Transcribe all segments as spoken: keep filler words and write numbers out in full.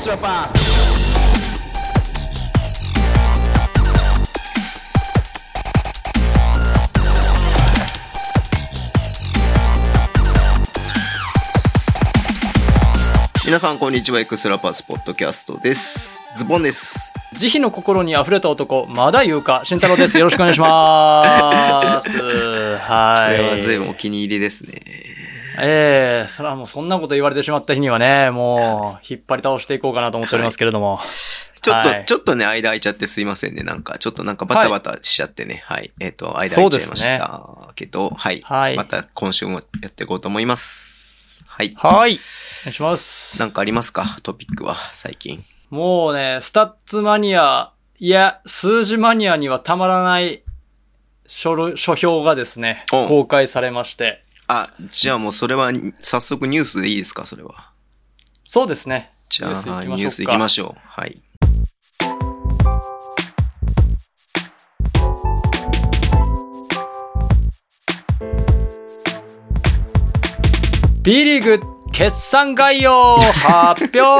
Extra Pass。 皆さんこんにちは。エクストラパスポッドキャストです。ズボンです。 慈悲の心にあふれた男、まだ言うか慎太郎です。よろしくお願いします。はい。 それは随分お気に入りですね。 ええー、それはもうそんなこと言われてしまった日にはね、もう引っ張り倒していこうかなと思っておりますけれども、はい、 ちょっと、はい、ちょっとね間空いちゃってすいませんね。なんかちょっとなんかバタバタしちゃってね、はい、はい、えっ、ー、と間空いちゃいましたけど、ね、はい、はい、また今週もやっていこうと思います。はい。 はい。お願いします。 なんかありますか、トピックは最近。 もうね、スタッツマニア、いや、数字マニアにはたまらない書、書評がですね、公開されまして。 あ、じゃあもうそれは早速ニュースでいいですか、それは。 そうですね。 じゃあニュース行きましょう。はい。 B リーグ決算概要発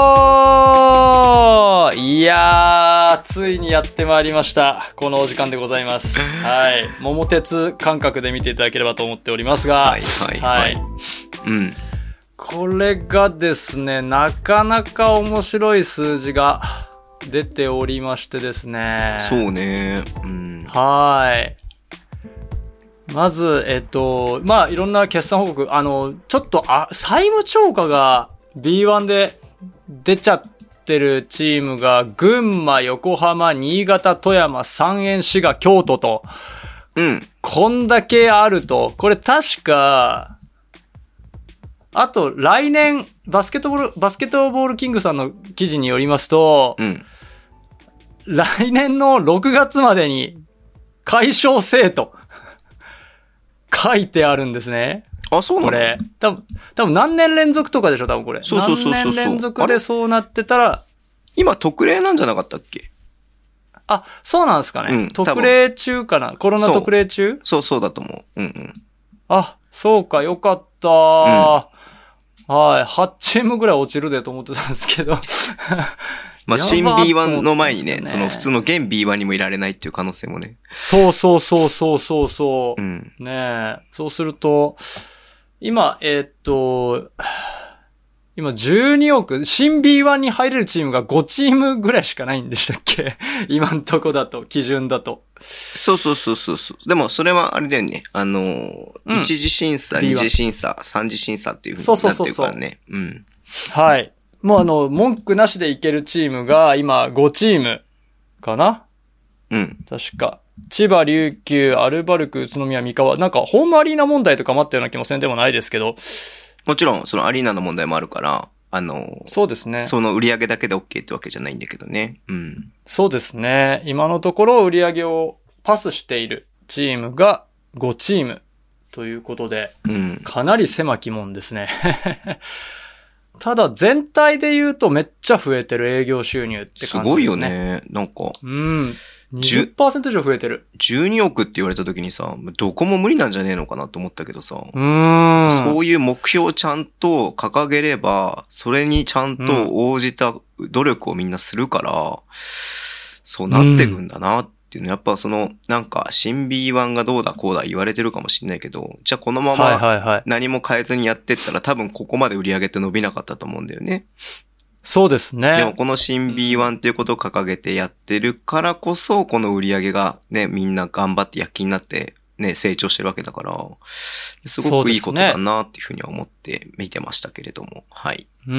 表いやー、ついにやってまいりました。このお時間でございます。はい。桃鉄感覚で見ていただければと思っておりますが。 はいはいはい。はい、 うん。これがですね、なかなか面白い数字が出ておりましてですね。 そうね。うん。 はい。まず、えっと、まあ、いろんな決算報告、あの、ちょっと、あ、債務超過が ビーワン で出ちゃってるチームが、群馬、横浜、新潟、富山、三遠、滋賀、京都と、 うん。 こんだけあると、これ確か、あと、来年、バスケットボール、バスケットボールキングさんの記事によりますと、 うん。 来年のろくがつまでに、解消せえと。書いてあるんですね。 あ、そうなの？ これ。多分、多分何年連続とかでしょ、多分これ。 そうそうそうそう。 何年連続でそうなってたら。 今特例なんじゃなかったっけ？ あ、そうなんですかね。うん、特例中かな？コロナ特例中？ そう、そうそうだと思う。うんうん。 あ、そうか、よかったー。うん、はい。はちチームぐらい落ちるでと思ってたんですけど。 まあ、新 ビーワン の前にね、その普通の現 ビーワン にもいられないっていう可能性もね。 そうそうそうそうそうそう。 うん、 ねえ。そうすると、今、えー、っと、今じゅうにおく、新 ビーワン に入れるチームがごチームぐらいしかないんでしたっけ？今んとこだと、基準だと。 そうそうそうそうそう。でもそれはあれだよね。あの、うん、一次審査、二次審査、三次審査っていう風になってるからね。そうそうそうそう。うん。 はい。もうあの、文句なしでいけるチームが今ごチームかな？ うん。 確か。千葉、琉球、アルバルク、宇都宮、三河。なんかホームアリーナ問題とか待ったような気もせんでもないですけど。 もちろん、そのアリーナの問題もあるから、あの、 そうですね。 その売り上げだけで OK ってわけじゃないんだけどね。うん。 そうですね。今のところ売り上げをパスしているチームがごチームということで、 うん、かなり狭き門ですね。ただ全体で言うとめっちゃ増えてる営業収入って感じですね。 すごいよね。なんか。 うん。にじゅっパーセント 以上増えてる。 じゅうにおくって言われた時にさ、どこも無理なんじゃねえのかなと思ったけどさ。 うーん。 そういう目標をちゃんと掲げれば、それにちゃんと応じた努力をみんなするから、うん、そうなってくんだなっていうの。やっぱその、なんか、新 ビーワン がどうだこうだ言われてるかもしれないけど、じゃあこのまま何も変えずにやってったら多分ここまで売り上げって伸びなかったと思うんだよね。 そうですね。 でもこの新 ビーワン っていうことを掲げてやってるからこそ、この売り上げがね、みんな頑張って躍起になってね、成長してるわけだから、すごくいいことだなっていうふうには思って見てましたけれども、はい。 うん。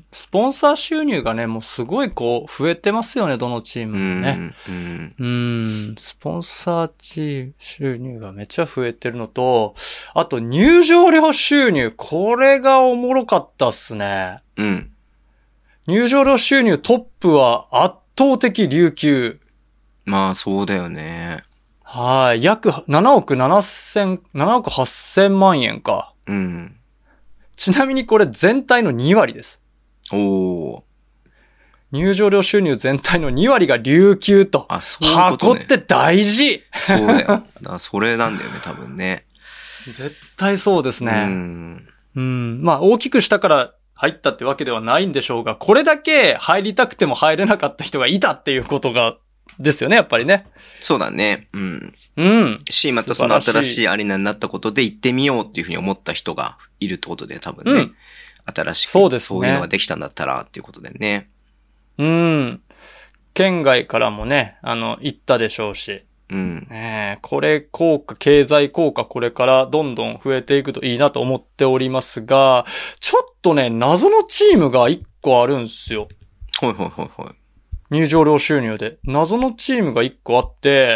スポンサー収入がね、もうすごいこう、増えてますよね、どのチームもね。うん。うん。スポンサーチーム収入がめっちゃ増えてるのと、あと入場料収入、これがおもろかったっすね。 うん。 入場料収入トップは圧倒的琉球。 まあそうだよね。 はい。約ななおくななせん、ななおくはっせんまんえんか。 うん。 ちなみにこれ全体のにわりです。 おー。 入場料収入全体のにわりが琉球と。 あ、そういうことね。 箱って大事。 そうだよ。だからそれなんだよね、多分ね。 絶対そうですね。 うん。 うん。まあ大きくしたから入ったってわけではないんでしょうが、これだけ入りたくても入れなかった人がいたっていうことが、ですよね、やっぱりね。 そうだね。うん。 うん。 し、またその新しいアリーナになったことで行ってみようっていうふうに思った人がいるってことで多分ね。うん、新しくそうですね。そういうのができたんだったらっていうことでね。 うん。県外からもね、あの、行ったでしょうし。 うん。 ねえ、これ効果、経済効果これからどんどん増えていくといいなと思っておりますが、ちょっとね、謎のチームが一個あるんですよ。 はいはいはいはい。 入場料収入で。謎のチームが一個あって、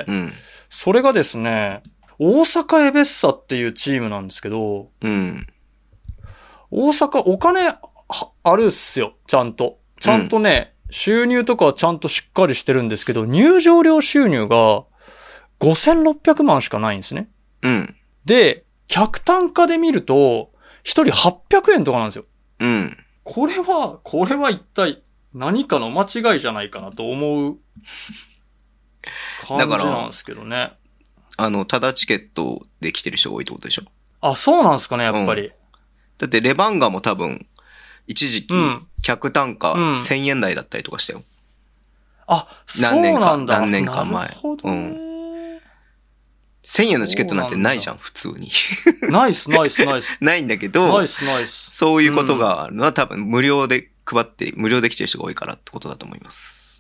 うん、 それがですね、大阪エベッサっていうチームなんですけど、 うん、 大阪お金あるっすよ、ちゃんと。ちゃんとね、うん、収入とかはちゃんとしっかりしてるんですけど、入場料収入がごせんろっぴゃくまんしかないんですね。 うん。 で、客単価で見ると、一人はっぴゃくえんとかなんですよ。 うん。 これは、これは一体何かの間違いじゃないかなと思う感じなんですけどね。 あの、ただチケットで来てる人が多いってことでしょ。 あ、そうなんですかね、やっぱり。うん、 だってレバンガも多分、一時期、客単価せんえん台だったりとかしたよ。うん、 あ、そうなんだ。 何年か前。 なるほどね。うんせんえんのチケットなんてないじゃん、普通に。 ナイス、ナイス、ナイス。 ないんだけど、 ナイス、ナイス。 そういうことがあるのは多分無料で配って、無料で来てる人が多いからってことだと思います。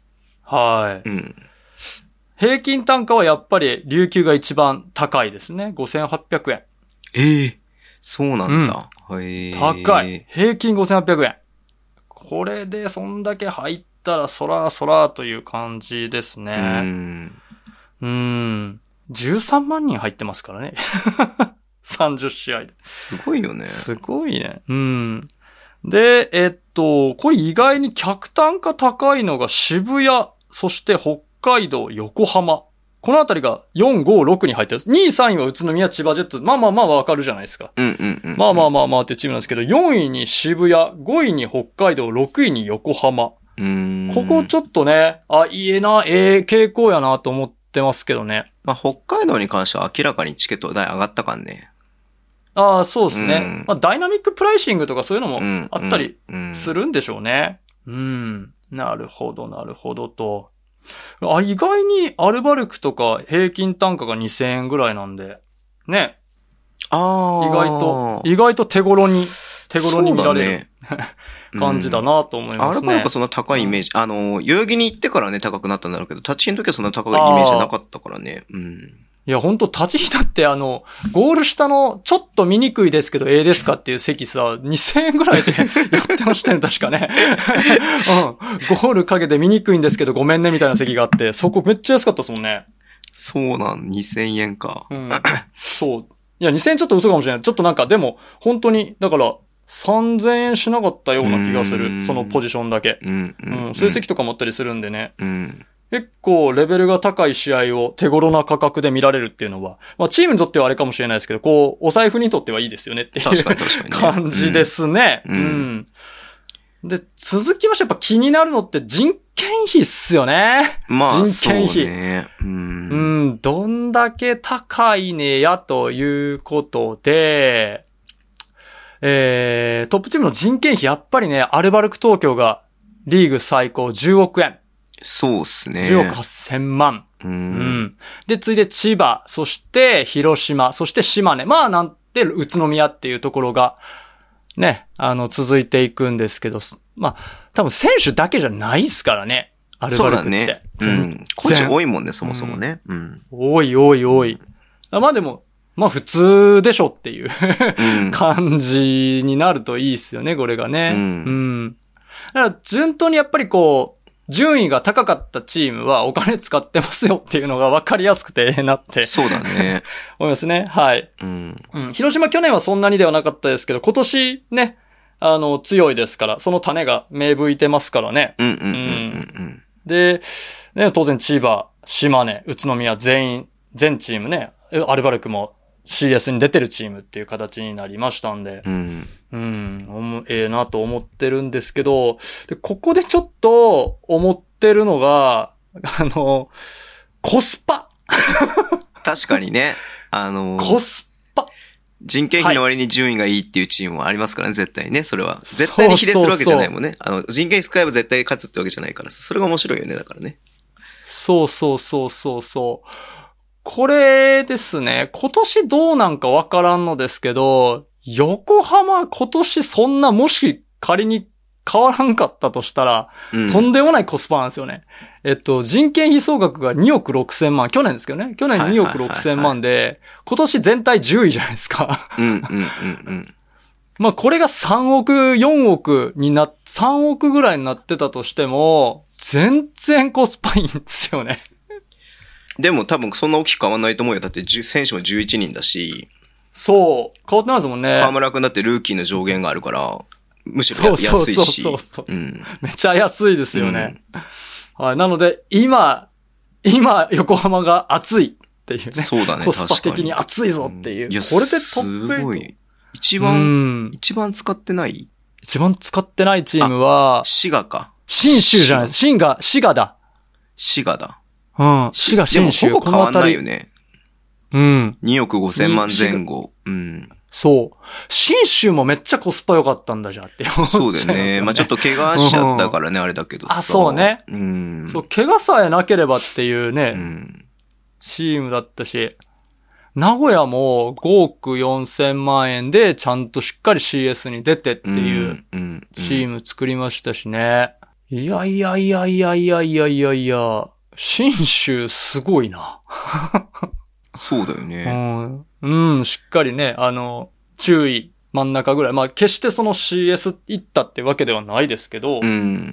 はい。 うん。 平均単価はやっぱり琉球が一番高いですね。ごせんはっぴゃくえん。 ええー、そうなんだ。 うん、へ高い。平均ごせんはっぴゃくえん。これでそんだけ入ったらそらそらという感じですね。 うん。 うん。じゅうさんまんにん入ってますからね。さんじゅっしあいで。 すごいよね。 すごいね。うん。で、えっと、これ意外に客単価高いのが渋谷、そして北海道、横浜。このあたりがよん、ご、ろくに入ってる。にい、さんいは宇都宮、千葉ジェッツ。まあまあまあわかるじゃないですか。 うんうんうん、うん。 まあまあまあまあっていうチームなんですけど、よんいに渋谷、ごいに北海道、ろくいに横浜。 うーんここちょっとね、あ、いいな、ええー、傾向やなと思ってますけどね。 まあ北海道に関しては明らかにチケット代上がったかんね。 ああ、そうですね。うん、まあダイナミックプライシングとかそういうのもあったりするんでしょうね。うん。うん、なるほど、なるほどと。あ、意外にアルバルクとか平均単価がにせんえんぐらいなんで、ね。 ああ。 意外と、意外と手頃に、手頃に見られる、ね、感じだなと思いますね。 アルバルクはそんな高いイメージ。うん、あの、代々木に行ってからね、高くなったんだろうけど、立ちの時はそんな高いイメージなかったからね。うん。 いや、ほんと、立ちひだってあの、ゴール下の、ちょっと見にくいですけど、ええですかっていう席さ、にせんえんぐらいでやってましたよね、確かね。うん。ゴール影で見にくいんですけど、ごめんね、みたいな席があって、そこめっちゃ安かったですもんね。 そうなん、にせんえんか。 うん。そう。いや、にせんえんちょっと嘘かもしれない。ちょっとなんか、でも、本当に、だから、さんぜんえんしなかったような気がする。そのポジションだけ。 うん。うん。 うん。そういう席とかもあったりするんでね。 うん。 結構レベルが高い試合を手頃な価格で見られるっていうのは、まあチームにとってはあれかもしれないですけど、こう、お財布にとってはいいですよねっていう確かに確かに、ね、 感じですね。うん。うんうん、で、続きましてやっぱ気になるのって人件費っすよね。 まあ、 人件費。 そうね。うん。 うん、どんだけ高いねやということで、えー、トップチームの人件費やっぱりね、アルバルク東京がリーグ最高じゅうおくえん。 そうっすね。 じゅうおくはっせんまん。 うん。うん。 で、次いで千葉、そして広島、そして島根。まあなんて宇都宮っていうところが、ね、あの、続いていくんですけど、まあ、多分選手だけじゃないですからね。アルバルクって。 そうだね。うん。コーチ多いもんね、そもそもね。うん。うん、 多い多い多い。まあでも、まあ普通でしょっていううん、感じになるといいっすよね、これがね。うん。うん。だから順当にやっぱりこう、順位が高かったチームはお金使ってますよっていうのが分かりやすくてなって。 そうだね。 思いますね。はい、 うんうん。 広島去年はそんなにではなかったですけど、今年ね、あの、強いですから、その種が芽吹いてますからね。 うんうんうんうん、うん。 で、ね、当然千葉、島根、宇都宮全員、全チームね、アルバルクもシーエス に出てるチームっていう形になりましたんで、 うん、 うん、ええなと思ってるんですけど、で、ここでちょっと思ってるのが、あの、コスパ。 確かにね、あのコスパ。 人件費の割に順位がいいっていうチームもありますからね、絶対ね。それは。絶対に比例するわけじゃないもんね。あの、人件費使えば絶対勝つってわけじゃないからさ。それが面白いよね、だからね。 そうそうそうそうそう。これですね、今年どうなんかわからんのですけど、横浜今年そんなもし仮に変わらんかったとしたら、うん、とんでもないコスパなんですよね。えっと、人件費総額がにおくろくせんまん。去年ですけどね。去年におくろくせんまんで、今年全体じゅういじゃないですか。 うんうんうんうん。 まあこれがさんおく、よんおくにな、さんおくぐらいになってたとしても、全然コスパいいんですよね。 でも多分そんな大きく変わんないと思うよ。だって選手もじゅういちにんだし。 そう。変わってないですもんね。 河村くんだってルーキーの上限があるから、むしろ安いし。そうそうそうそう、 うん。めっちゃ安いですよね。うん、はい。なので、今、今、横浜が熱いっていうね。 そうだね。 コスパ的に熱いぞっていう。うん、いや、これでトップエイト。すごい。 一番、うん、一番使ってない一番使ってないチームは、 滋賀か。 新州じゃないです。新賀、滋賀だ。 滋賀だ。 うん。滋賀、新州。 でもほぼ変わんないよね。 うん。 におくごせんまん前後。うん。 そう。新州もめっちゃコスパ良かったんだじゃって思っちゃいますよね。 そうだよね。まあちょっと怪我しちゃったからね、うん、あれだけどさ。 あ、そうね。 うん。 そう、怪我さえなければっていうね、うん、チームだったし、名古屋もごおくよんせんまんえんでちゃんとしっかり シーエス に出てっていうチーム作りましたしね。いやいやいやいやいやいやいやいや、新州すごいな。 そうだよね。 うん。うん、しっかりね、あの、注意、真ん中ぐらい。まあ、決してその シーエス 行ったってわけではないですけど、 うん、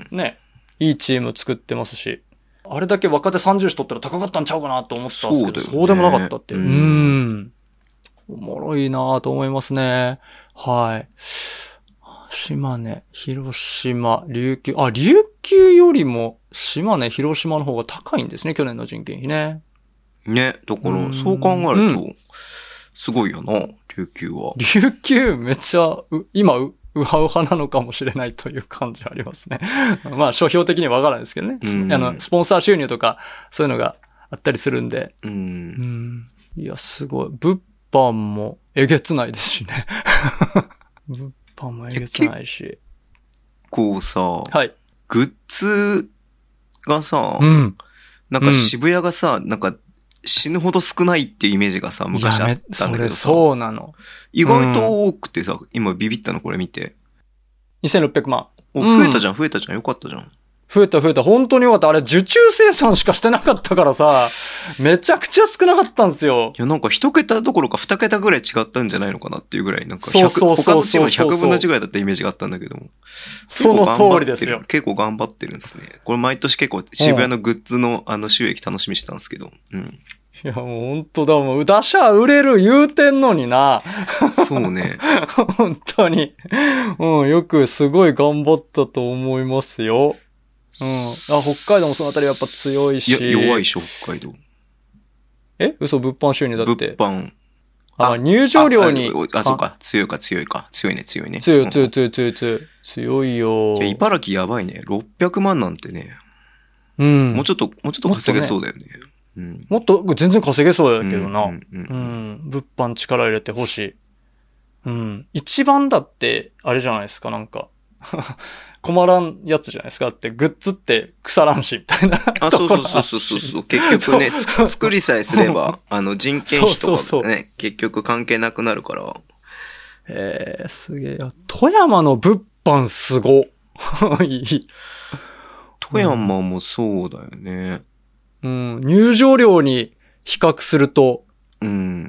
ね、いいチーム作ってますし、あれだけ若手さんじゅう取ったら高かったんちゃうかなと思ってたんですけど、そう、ね、そうでもなかったっていう。うん。うんおもろいなと思いますね。はい。島根、広島、琉球、あ、琉球よりも島根、広島の方が高いんですね、去年の人件費ね。 ね、だから、そう考えると、すごいよな、琉球は。 琉球めっちゃ、う今う、うはうはなのかもしれないという感じありますね。まあ、書評的にはわからないですけどね。あの、スポンサー収入とか、そういうのがあったりするんで。 うんうんいや、すごい。物販もえげつないですしね。物販もえげつないし。 こうさ、 はい。 グッズがさ、 うん、 なんか渋谷がさ、うん、なんか死ぬほど少ないっていうイメージがさ、昔あったんだけどさ。 そうなの。 意外と多くてさ、うん、今ビビったのこれ見て。 にせんろっぴゃくまん。 お、増えたじゃん、増えたじゃん。よかったじゃん。 増えた増えた。本当によかった。あれ、受注生産しかしてなかったからさ、めちゃくちゃ少なかったんですよ。 いや、なんか一桁どころか二桁ぐらい違ったんじゃないのかなっていうぐらい、なんかひゃく、 そうそうそうそうそう他のチームひゃくぶんのいちぐらいだったイメージがあったんだけども。 その通りですよ。 結構頑張ってるんですね。これ毎年結構渋谷のグッズのあの収益楽しみにしてたんですけど。うん。 いや、もう本当だ、もう、打者売れる言うてんのにな。 そうね。 本当に。うん、よくすごい頑張ったと思いますよ。うん。あ、北海道もそのあたりやっぱ強いし。 いや、弱いし、北海道。 え嘘、物販収入だって。 物販。 あ、入場料に。 あ、あそうか。強いか、強いか。強いね、強いね。 強い、強い、強い、強い、強い。強いよ。 いや、茨城やばいね。ろっぴゃくまんなんてね。 うん。 もうちょっと、もうちょっと稼げそうだよね。 うん、もっと全然稼げそうだけどな。うん、うんうん、物販力入れてほしい。うん。一番だって、あれじゃないですか、なんか。困らんやつじゃないですか。だってグッズって腐らんし、みたいな。 あ、そうそうそうそうそう。結局ね、作りさえすれば、あの人件費とかねそうそうそう、結局関係なくなるから。 えー、すげえ。富山の物販すご。いい。 富山もそうだよね。 うん。入場料に比較すると、 うん。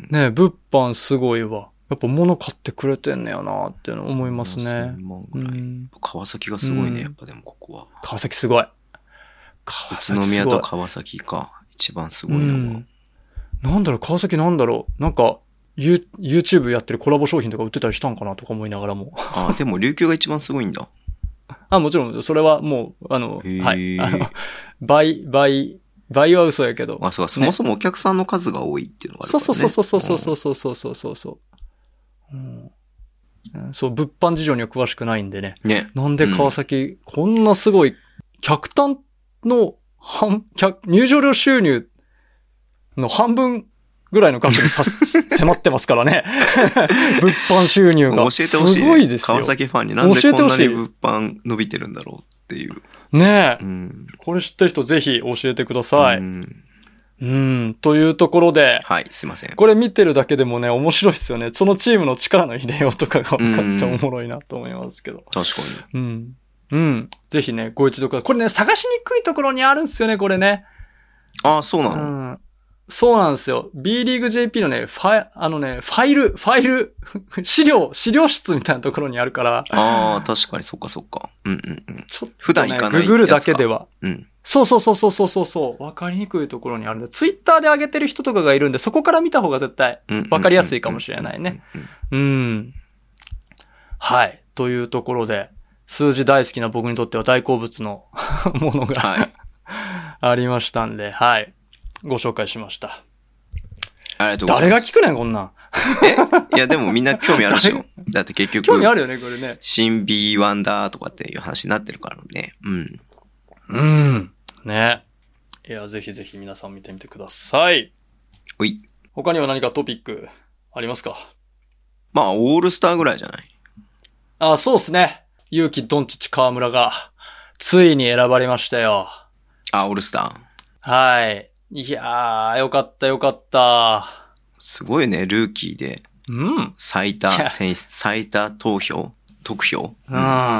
ね、物販すごいわ。やっぱ物買ってくれてんねやなって思いますね。せんまんぐらい、うん、 川崎がすごいね、やっぱでもここは。 川崎すごい。 川崎すごい。宇都宮と川崎か。一番すごいのは、うん。 なんだろう、川崎なんだろう。なんか、ユー、YouTube やってるコラボ商品とか売ってたりしたんかなとか思いながらも。 あ、でも琉球が一番すごいんだ。 あ、もちろん、それはもう、あの、はい。あの、倍、倍、倍は嘘やけど。 あ、そうか、そもそもお客さんの数が多いっていうのがあるからね。 そうそうそうそうそうそうそうそうそうそう。うん、そう、物販事情には詳しくないんでね。 ね。 なんで川崎、うん、こんなすごい、客単の半、入場料収入の半分ぐらいの額にさ迫ってますからね。物販収入が。 教えてほしい、ね。 すごいですよ。 川崎ファンになんでこんなに物販伸びてるんだろうっていう。 ねえ、 うん。 これ知ってる人ぜひ教えてください。 うん。 うん、というところで。 はい、すいません。 これ見てるだけでもね、面白いですよね。そのチームの力の入れようとかが分かっておもろいなと思いますけど。 確かに。うん。うん。ぜひね、ご一度ください。これね、探しにくいところにあるんですよね、これね。 ああ、そうなの、 うん、そうなんですよ。B リーグ ジェーピー のね、ファイ、あのね、ファイル、ファイル、資料、資料室みたいなところにあるから。 ああ、確かにそっかそっか。うんうんうん。 ちょっと、ね、 普段行かないやつか。 ググるだけでは。 うん。 そうそうそうそうそうそう。わかりにくいところにあるんで、ツイッターで上げてる人とかがいるんで、そこから見た方が絶対わかりやすいかもしれないね。うん。はい。というところで、数字大好きな僕にとっては大好物のものが、はい、ありましたんで、はい。ご紹介しました。 ありがとうございます。 誰が聞くねん、こんなん。 えいや、でもみんな興味あるでしょ。だって結局。 興味あるよね、これね。 新 ビーワン だとかっていう話になってるからね。うん。 うん。ね。いや、ぜひぜひ皆さん見てみてください。 おい。 他には何かトピックありますか？ まあ、オールスターぐらいじゃない？ あ、そうっすね。ユウキ・ドンチッチ・河村が、ついに選ばれましたよ。 あ、オールスター。 はい。いやー、よかったよかった。 すごいね、ルーキーで。 うん。 最多選出、最多投票得票うん。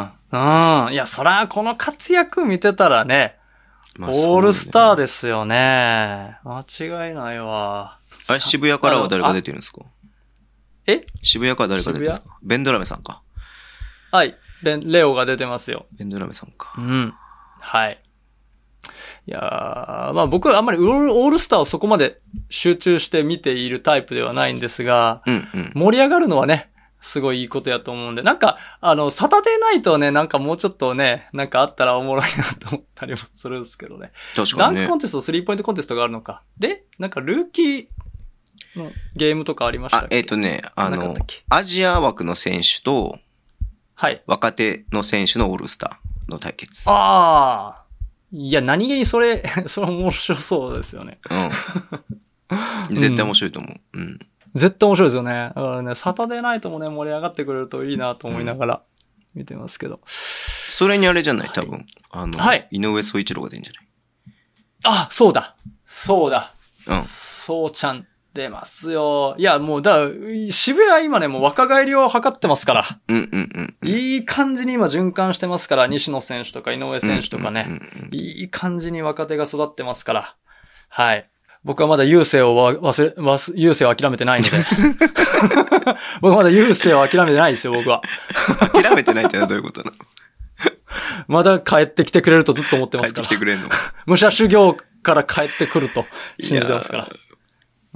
うん。いや、そら、この活躍見てたらね、まあ、オールスターですよね。間違いないわ。 あれ、渋谷からは誰が出てるんですか？ え？ 渋谷から誰が出てるんですか？ベンドラメさんか。 はい。ベン、レオが出てますよ。 ベンドラメさんか。 うん。はい。いやー、まあ僕はあんまりオールスターをそこまで集中して見ているタイプではないんですが、 うんうん、 盛り上がるのはね、すごいいいことやと思うんで、なんか、あの、サタデーナイトはね、なんかもうちょっとね、なんかあったらおもろいなと思ったりもするんですけどね。 確かにね。 ダンクコンテスト、スリーポイントコンテストがあるのか。で、なんかルーキーのゲームとかありましたっけ？ あ、えっとね、あの、アジア枠の選手と、 はい。 若手の選手のオールスターの対決。 ああ。いや、何気にそれ、それ面白そうですよね。 うん。絶対面白いと思う。うん。 絶対面白いですよね。だからね、サタデーナイトもね、盛り上がってくれるといいなと思いながら見てますけど。うん、 それにあれじゃない多分。はい、あの、はい、井上宗一郎が出るんじゃない？ あ、そうだ。そうだ。 うん。 そうちゃん出ますよ。いや、もう、だから、渋谷は今ね、もう若返りを図ってますから。 うんうんうん、うん。 いい感じに今循環してますから、西野選手とか井上選手とかね。うんうんうんうん、いい感じに若手が育ってますから。はい。僕はまだ優勢を忘れ、忘、優勢を諦めてないので。僕はまだ優勢を諦めてないですよ、僕は。 諦めてないってのはどういうことなの？ まだ帰ってきてくれるとずっと思ってますから。 帰ってきてくれんの？ 武者修行から帰ってくると信じてますから。うん。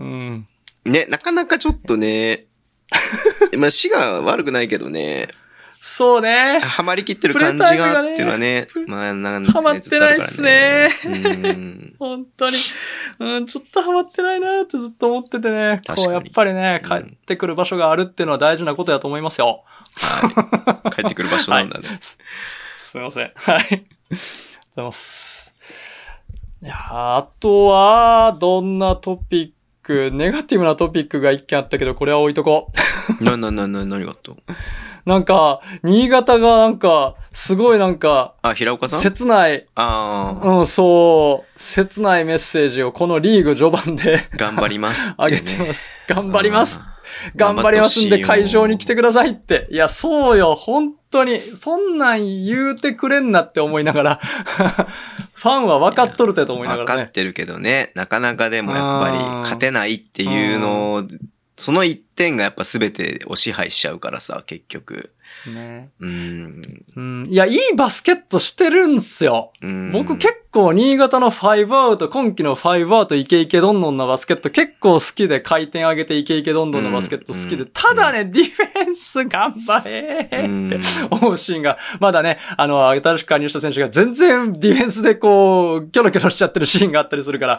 ね、なかなかちょっとね、まあ、死が悪くないけどね。 そうね。 ハマりきってる感じがっていうのはね。まあ、なんハマってないっすね。 うん。 本当に。うん、ちょっとハマってないなってずっと思っててね。こう、やっぱりね、帰ってくる場所があるっていうのは大事なことだと思いますよ。 はい。帰ってくる場所なんだね。はい、 す, すいません。はい。ありがとうございます。いやあとは、どんなトピック、ネガティブなトピックが一件あったけど、これは置いとこう。な、な、な、な、何があった？ なんか、新潟がなんか、すごいなんか、 あ、平岡さん？ 切ない、 ああ。 うん、そう、切ないメッセージをこのリーグ序盤で頑張りますって、 ね。あげてます。頑張ります。頑張りますんで会場に来てくださいって。いや、そうよ、本当に、そんなん言うてくれんなって思いながら、ファンは分かっとるてと思いながらね。 分かってるけどね、なかなかでもやっぱり勝てないっていうのを、その一点がやっぱ全てを支配しちゃうからさ、結局。 ね。 うん。 うん。いや、いいバスケットしてるんすよ。うん。僕結構新潟のファイブアウト、今季のファイブアウトイケイケどんどんのバスケット結構好きで回転上げてイケイケどんどんのバスケット好きで、うん、ただね、ディフェンス頑張れーって思うシーンが、まだね、あの、新しく加入した選手が全然ディフェンスでこう、キョロキョロしちゃってるシーンがあったりするから、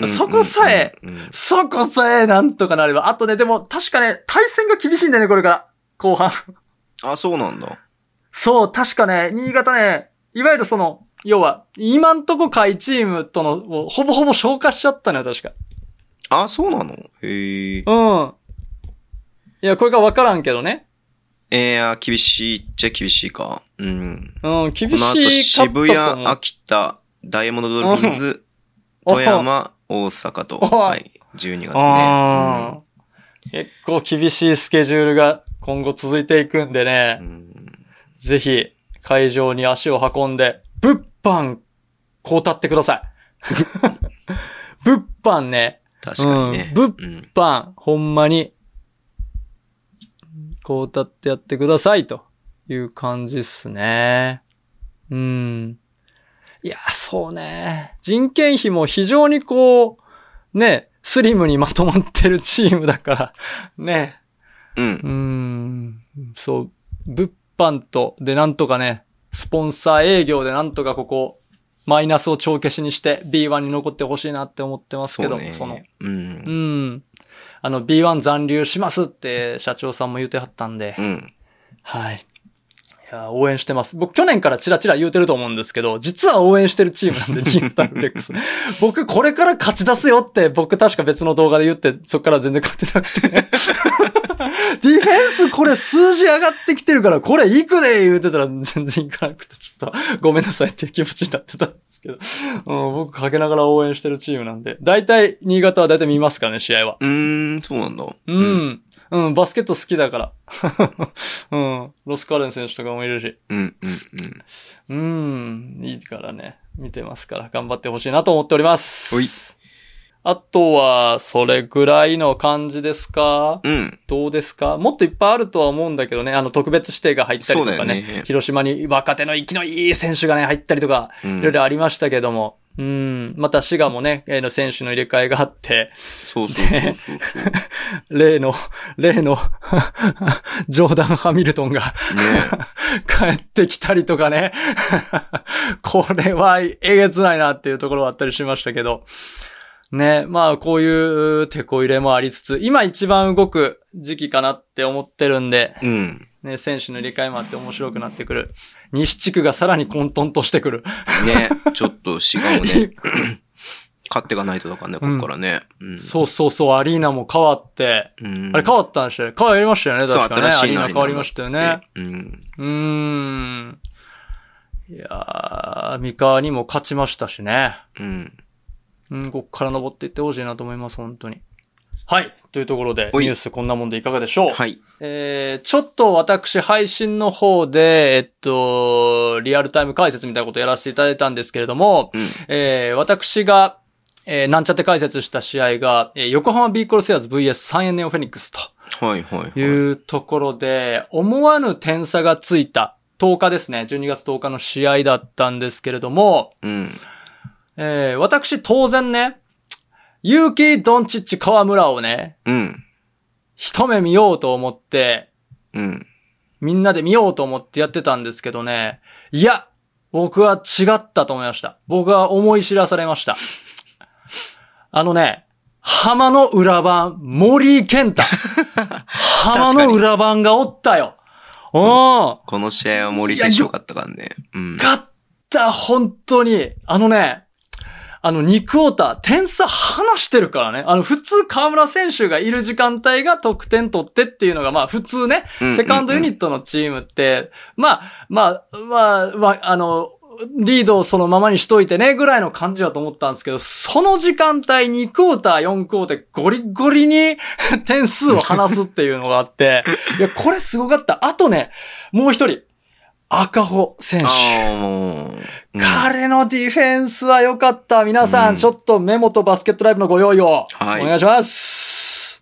そこさえ、そこさえなんとかなれば。あとね、でも確かね、対戦が厳しいんだよね、これから。後半。 あ、そうなんだ。 そう、確かね、新潟ね、いわゆるその、要は、今んとこ下位チームとの、ほぼほぼ消化しちゃったのよ、確か。 あ、そうなの？へえ。 うん。いや、これがわからんけどね。 えー、厳しいっちゃ厳しいか。うん。 うん、厳しいかったと思う。 この後渋谷、秋田、ダイヤモンドドルフィンズ、富山、大阪と、はい、じゅうにがつね。 うん、結構厳しいスケジュールが今後続いていくんでね。うん、ぜひ、会場に足を運んで、物販、こうたってください。物販ね。 確かにね。 うん、物販、うん、ほんまに、こうたってやってくださいという感じっすね。うん。いや、そうね。人件費も非常にこう、ね、スリムにまとまってるチームだから、ね。 うん。 うん。そう、物販と、でなんとかね、スポンサー営業でなんとかここ、マイナスを帳消しにして ビーワン に残ってほしいなって思ってますけど、 そうね、 その、 うん。 うん。あの ビーワン 残留しますって社長さんも言ってはったんで、 うん。 はい。いや、応援してます。僕去年からチラチラ言うてると思うんですけど、実は応援してるチームなんで、ニュータルフレックス。僕これから勝ち出すよって僕確か別の動画で言って、そっから全然勝ってなくて。ディフェンスこれ数字上がってきてるから、これ行くで言うてたら全然行かなくて、ちょっとごめんなさいっていう気持ちになってたんですけど。うん、僕かけながら応援してるチームなんで。大体、新潟は大体見ますからね、試合は。 うーん、そうなんだ。 うん。うんうん、バスケット好きだから。うん。ロスカレン選手とかもいるし。 うん、 うん、うん。うん、いいからね。見てますから、頑張ってほしいなと思っております。 はい。 あとは、それぐらいの感じですか？ うん。 どうですか？もっといっぱいあるとは思うんだけどね。あの、特別指定が入ったりとかね。ね広島に若手の息のいい選手がね、入ったりとか、いろいろありましたけども。うん。また滋賀もね、の選手の入れ替えがあって。 そうそうそうそうそう。 例の、例の、ジョーダン・ハミルトンが、ね、帰ってきたりとかね。これはえげつないなっていうところはあったりしましたけど。ね。まあ、こういう手こ入れもありつつ、今一番動く時期かなって思ってるんで。 うん。 ね、選手の入れ替えもあって面白くなってくる。西地区がさらに混沌としてくる。 ね、ちょっと違うね。勝っていかないとだからね、ここからね、 うんうん。そうそうそう、アリーナも変わって。うん、あれ変わったんでしたよね。変わりましたよね、確かね。アリーナ変わりましたよね。 うん。 うーん。いやー、三河にも勝ちましたしね。 うん。 うん、こっから登っていってほしいなと思います、本当に。はい。というところで、ニュースこんなもんでいかがでしょう？ はい。 えー、ちょっと私配信の方で、えっと、リアルタイム解説みたいなことをやらせていただいたんですけれども、うん、えー、私が、えー、なんちゃって解説した試合が、えー、横浜ビーコルセアーズ ブイエス サンエンネオフェニックスと。 はいはいはい。 いうところで、思わぬ点差がついたとおかですね。じゅうにがつとおかの試合だったんですけれども、 うん。 えー、私当然ね、ユーキー・ドンチッチ・河村をね、 うん。 一目見ようと思って、 うん。 みんなで見ようと思ってやってたんですけどね、いや、僕は違ったと思いました。僕は思い知らされました。あのね、浜の裏番、森井健太。浜の裏番がおったよ。うん。 この試合は森井選手良かったからね。 うん。勝った、本当に。あのね、あの、にクォーター、点差離してるからね。あの、普通、河村選手がいる時間帯が得点取ってっていうのが、まあ、普通ね、うんうんうん、セカンドユニットのチームって、まあ、まあ、まあ、まあ、あの、リードをそのままにしといてね、ぐらいの感じだと思ったんですけど、その時間帯にクォーター、よんクォーター、ゴリゴリに点数を離すっていうのがあって、いや、これすごかった。あとね、もう一人。赤穂選手、うん。彼のディフェンスは良かった。皆さん、うん、ちょっとメモとバスケットライブのご用意を、はい、お願いします。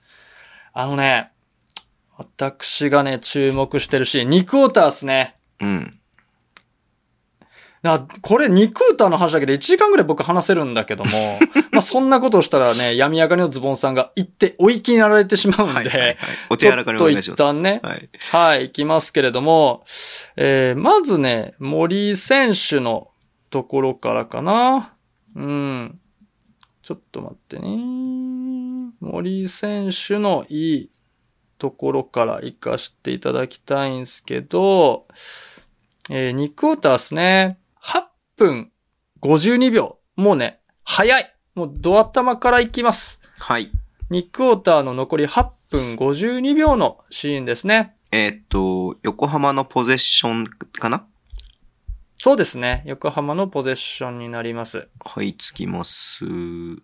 あのね、私がね、注目してるし、にクォーターですね。 うん。 これにクォーターの話だけでいちじかんぐらい僕話せるんだけども、まあそんなことをしたらね、闇上がりのズボンさんが行ってお行きになられてしまうんで、はいはいはい、 お手柔らかにお願いします。 ちょっと一旦ね、はい、はい、行きますけれども、えー、まずね、森選手のところからかな。うん。ちょっと待ってね。森選手のいいところから行かせていただきたいんですけど、えー、にクォーターですね。はっぷんごじゅうにびょう。もうね、早い。 もうド頭からいきます。 はい。 にクォーターの残りはっぷんごじゅうにびょうのシーンですね。 えーっと、横浜のポゼッションかな？ そうですね。横浜のポゼッションになります。 はい、つきます。はい、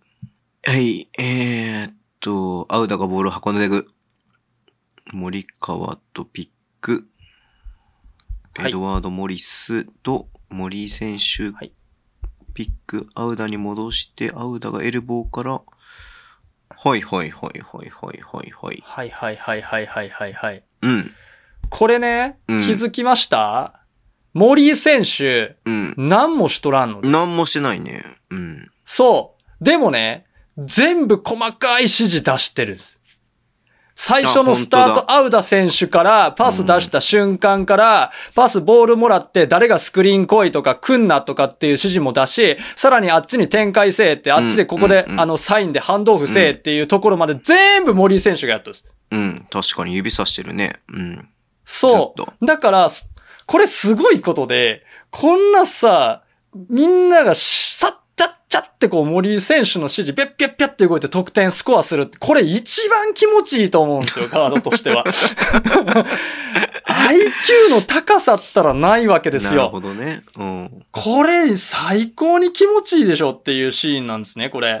えーっと、アウダがボールを運んでいく。森川とピック。エドワード・モリスと森選手。 はい、 ピック、アウダに戻して、アウダがエルボーから、はいはいはいはいはいはいはい。 はいはいはいはいはいはいはい。 うん。 これね、 うん、 気づきました？森選手、 うん、 何もしとらんのです。 何もしてないね。うん。 そう。でもね、全部細かい指示出してるんです。最初のスタート、アウダ選手からパス出した瞬間から、パスボールもらって誰がスクリーン来いとか来んなとかっていう指示も出し、さらにあっちに展開せえって、あっちでここで、あのサインでハンドオフせえっていうところまで全部森選手がやったんです。 うん、確かに指さしてるね。うん。 そう。だから、これすごいことで、こんなさ、みんながさっちゃっちゃってこう森選手の指示、ぴゃっぴゃっぴゃって動いて得点スコアするって、これ一番気持ちいいと思うんですよ、ガードとしては。アイキュー の高さったらないわけですよ。 なるほどね。うん。 これ最高に気持ちいいでしょっていうシーンなんですね、これ。 うん。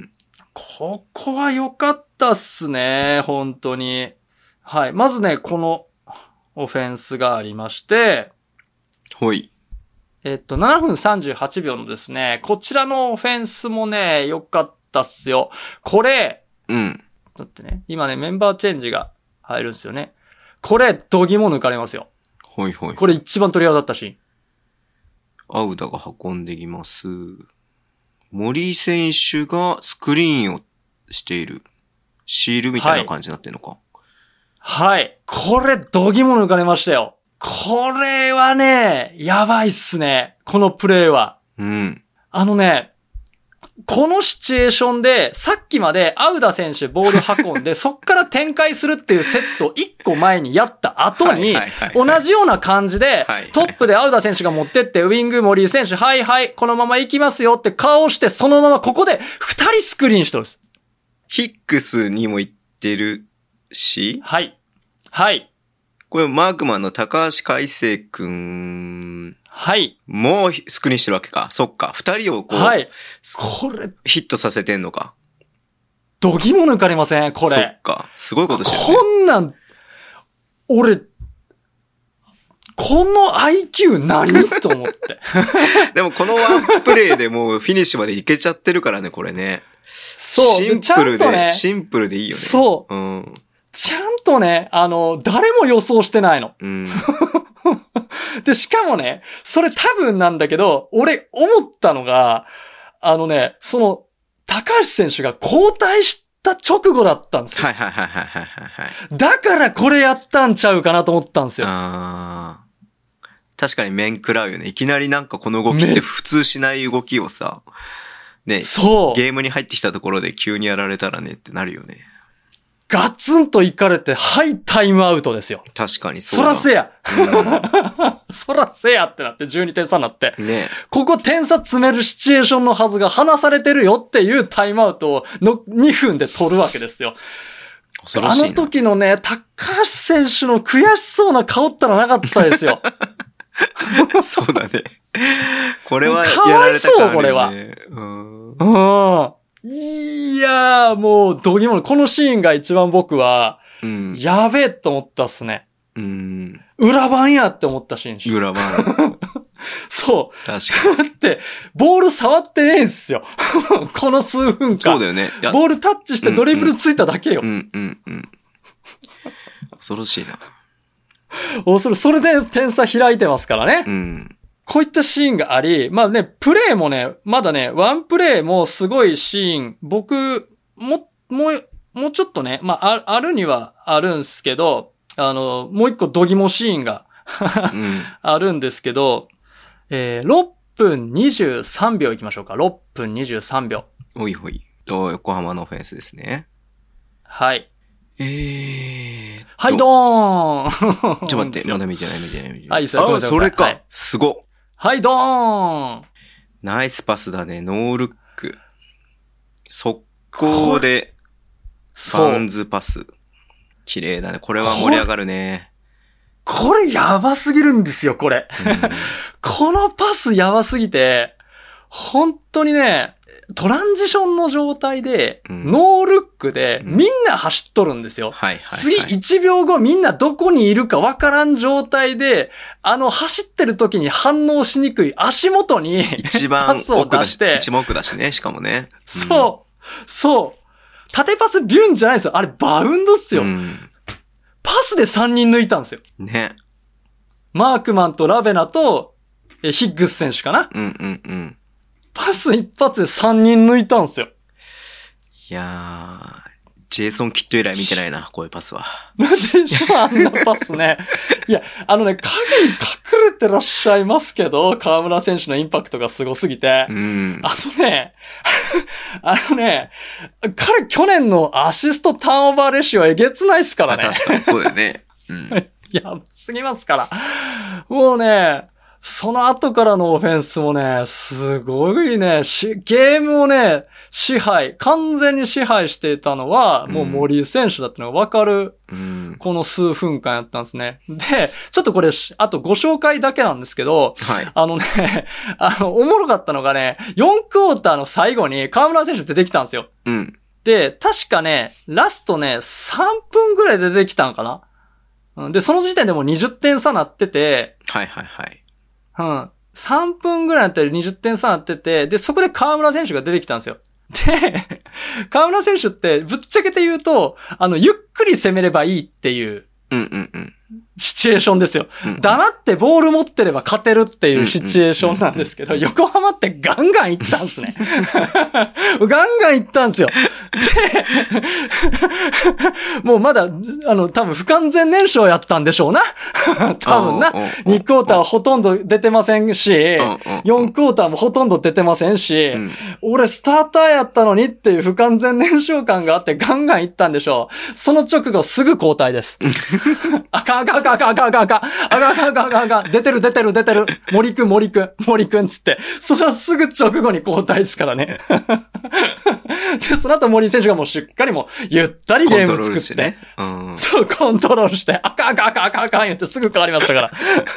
ここは良かったっすね、本当に。はい。まずね、このオフェンスがありまして、 ほい。 えっと、ななふんさんじゅうはちびょうのですね、こちらのオフェンスもね、良かったっすよ。これ、 うん。 だってね、今ね、メンバーチェンジが入るんですよね。これ、度肝抜かれますよ。 ほいほい。 これ一番取り合いだったシーン。アウダが運んできます。森選手がスクリーンをしている。シールみたいな感じになってるのか。 はい。はい、これ、度肝抜かれましたよ。これはね、やばいっすね。このプレイは。 うん。 あのね、このシチュエーションで、さっきまでアウダ選手ボール運んで、そっから展開するっていうセットを一個前にやった後に、同じような感じで、トップでアウダ選手が持ってって、ウィングモリー選手、はいはい、このまま行きますよって顔をして、そのままここで二人スクリーンしとるんです。 ヒックスにも行ってるし。 はい。はい。 これマークマンの高橋海生くん。 はい。 もうスクリーンしてるわけか。そっか。二人をこう。 はい。これ。 ヒットさせてんのか。 どぎも抜かれませんこれ。 そっか。すごいことしてるね。 こんなん、俺、この アイキュー 何と思って。 でもこのワンプレイでもうフィニッシュまでいけちゃってるからね、これね。 そう。 シンプルで、 ね、 シンプルでいいよね。 そう。 うん。 ちゃんとね、あの、誰も予想してないの。 うん。 で、しかもね、それ多分なんだけど、俺思ったのが、あのね、その、高橋選手が交代した直後だったんですよ。 はいはいはいはいはいはい。 だからこれやったんちゃうかなと思ったんですよ。 ああ。確かに面食らうよね。いきなりなんかこの動きって普通しない動きをさ、ね、 そう。 ゲームに入ってきたところで急にやられたらねってなるよね。 ガツンと行かれて、はい、タイムアウトですよ。 確かにそうだ。 そらせや。うん、そらせやってなってじゅうにてんさになって。 ね。 ここ点差詰めるシチュエーションのはずが離されてるよっていうタイムアウトをのにふんで取るわけですよ。 恐ろしいな。 あの時のね、高橋選手の悔しそうな顔ったらなかったですよ。 そうだね。これはかわいそう、これは。 うん。 うんいやー、もう、どぎも、このシーンが一番僕は、うん、やべえと思ったっすね。 うん。 裏番やって思ったシーン。 裏番。 そう。 確かに。 だって、ボール触ってねえんすよ。この数分間。 そうだよね。 ボールタッチしてドリブルついただけよ。 うんうんうん。恐ろしいな。 お、それ、それで点差開いてますからね。 うん。 こういったシーンがあり、まあね、プレイもね、まだね、ワンプレイもすごいシーン、僕、も、もう、もうちょっとね、まあ、あ、あるにはあるんすけど、あの、もう一個ドギモシーンが、うん、あるんですけど、えー、ろっぷんにじゅうさんびょういきましょうか。ろっぷんにじゅうさんびょう。おいほい。と、横浜のオフェンスですね。 はい。 えー。 はい、ドーンちょっと待って、まだ見てない見てない見てない。 はい、それあ、それか。はい、すごっ。 はい、ドーンナイスパスだね、ノールック。 速攻で、バウンズパス。綺麗だね。これは盛り上がるね。 これやばすぎるんですよ、これ。うん、このパスやばすぎて、本当にね、トランジションの状態で、うん、ノールックで、みんな走っとるんですよ。うんはいはいはい、次いちびょうごみんなどこにいるかわからん状態で、あの走ってる時に反応しにくい足元に一番パスを出して。一番奥だしね、しかもね。 うん、そう、そう。縦パスビュンじゃないですよ。あれバウンドっすよ。うん、パスでさんにん抜いたんですよ。 ね。 マークマンとラベナと、えヒッグス選手かな。 うんうんうん。 パス一発でさんにん抜いたんすよ。 いやー、ジェイソン・キッド以来見てないな、こういうパスは。 なんでしょ、あんなパスね。いや、あのね、影に隠れてらっしゃいますけど、河村選手のインパクトがすごすぎて。 うん。 あとね、あのね、彼去年のアシストターンオーバーレシオえげつないっすからね。 確かに、そうだよね。うん。 やばすぎますから。もうね、その後からのオフェンスもね、すごいね、しゲームをね、支配、完全に支配していたのは、もう森選手だってのがわかる、うん、この数分間やったんですね。で、ちょっとこれ、あとご紹介だけなんですけど、はい、あのね、あの、おもろかったのがね、よんクォーターの最後に河村選手出てきたんですよ。 うん、 で、確かね、ラストね、さんぷんぐらいで出てきたんかな。で、その時点でもうにじゅってん差なってて、 はいはいはい。 うん。さんぷんぐらいなったらにじゅってん差なってて、で、そこで河村選手が出てきたんですよ。で、河村選手ってぶっちゃけて言うと、あの、ゆっくり攻めればいいっていう、 うんうんうん。 シチュエーションですよ。うんうん、黙ってボール持ってれば勝てるっていうシチュエーションなんですけど、うんうんうん、横浜ってガンガン行ったんすね。ガンガン行ったんすよ。で、もうまだ、あの、多分不完全燃焼やったんでしょうな。多分な。にクォーターはほとんど出てませんし、よんクォーターもほとんど出てませんし、うん、俺スターターやったのにっていう不完全燃焼感があってガンガン行ったんでしょう。その直後すぐ交代です。あかんあかんあかんあかんあかんあかんあかんあかんあかんあかん出てる出てる出てる森くん森くん森くんつって、それはすぐ直後に交代ですからね。で、その後森選手がもうしっかりもうゆったりゲーム作って、ねうん、そうコントロールして、あかんあかんあかんあかんあかん言ってすぐ変わりましたから。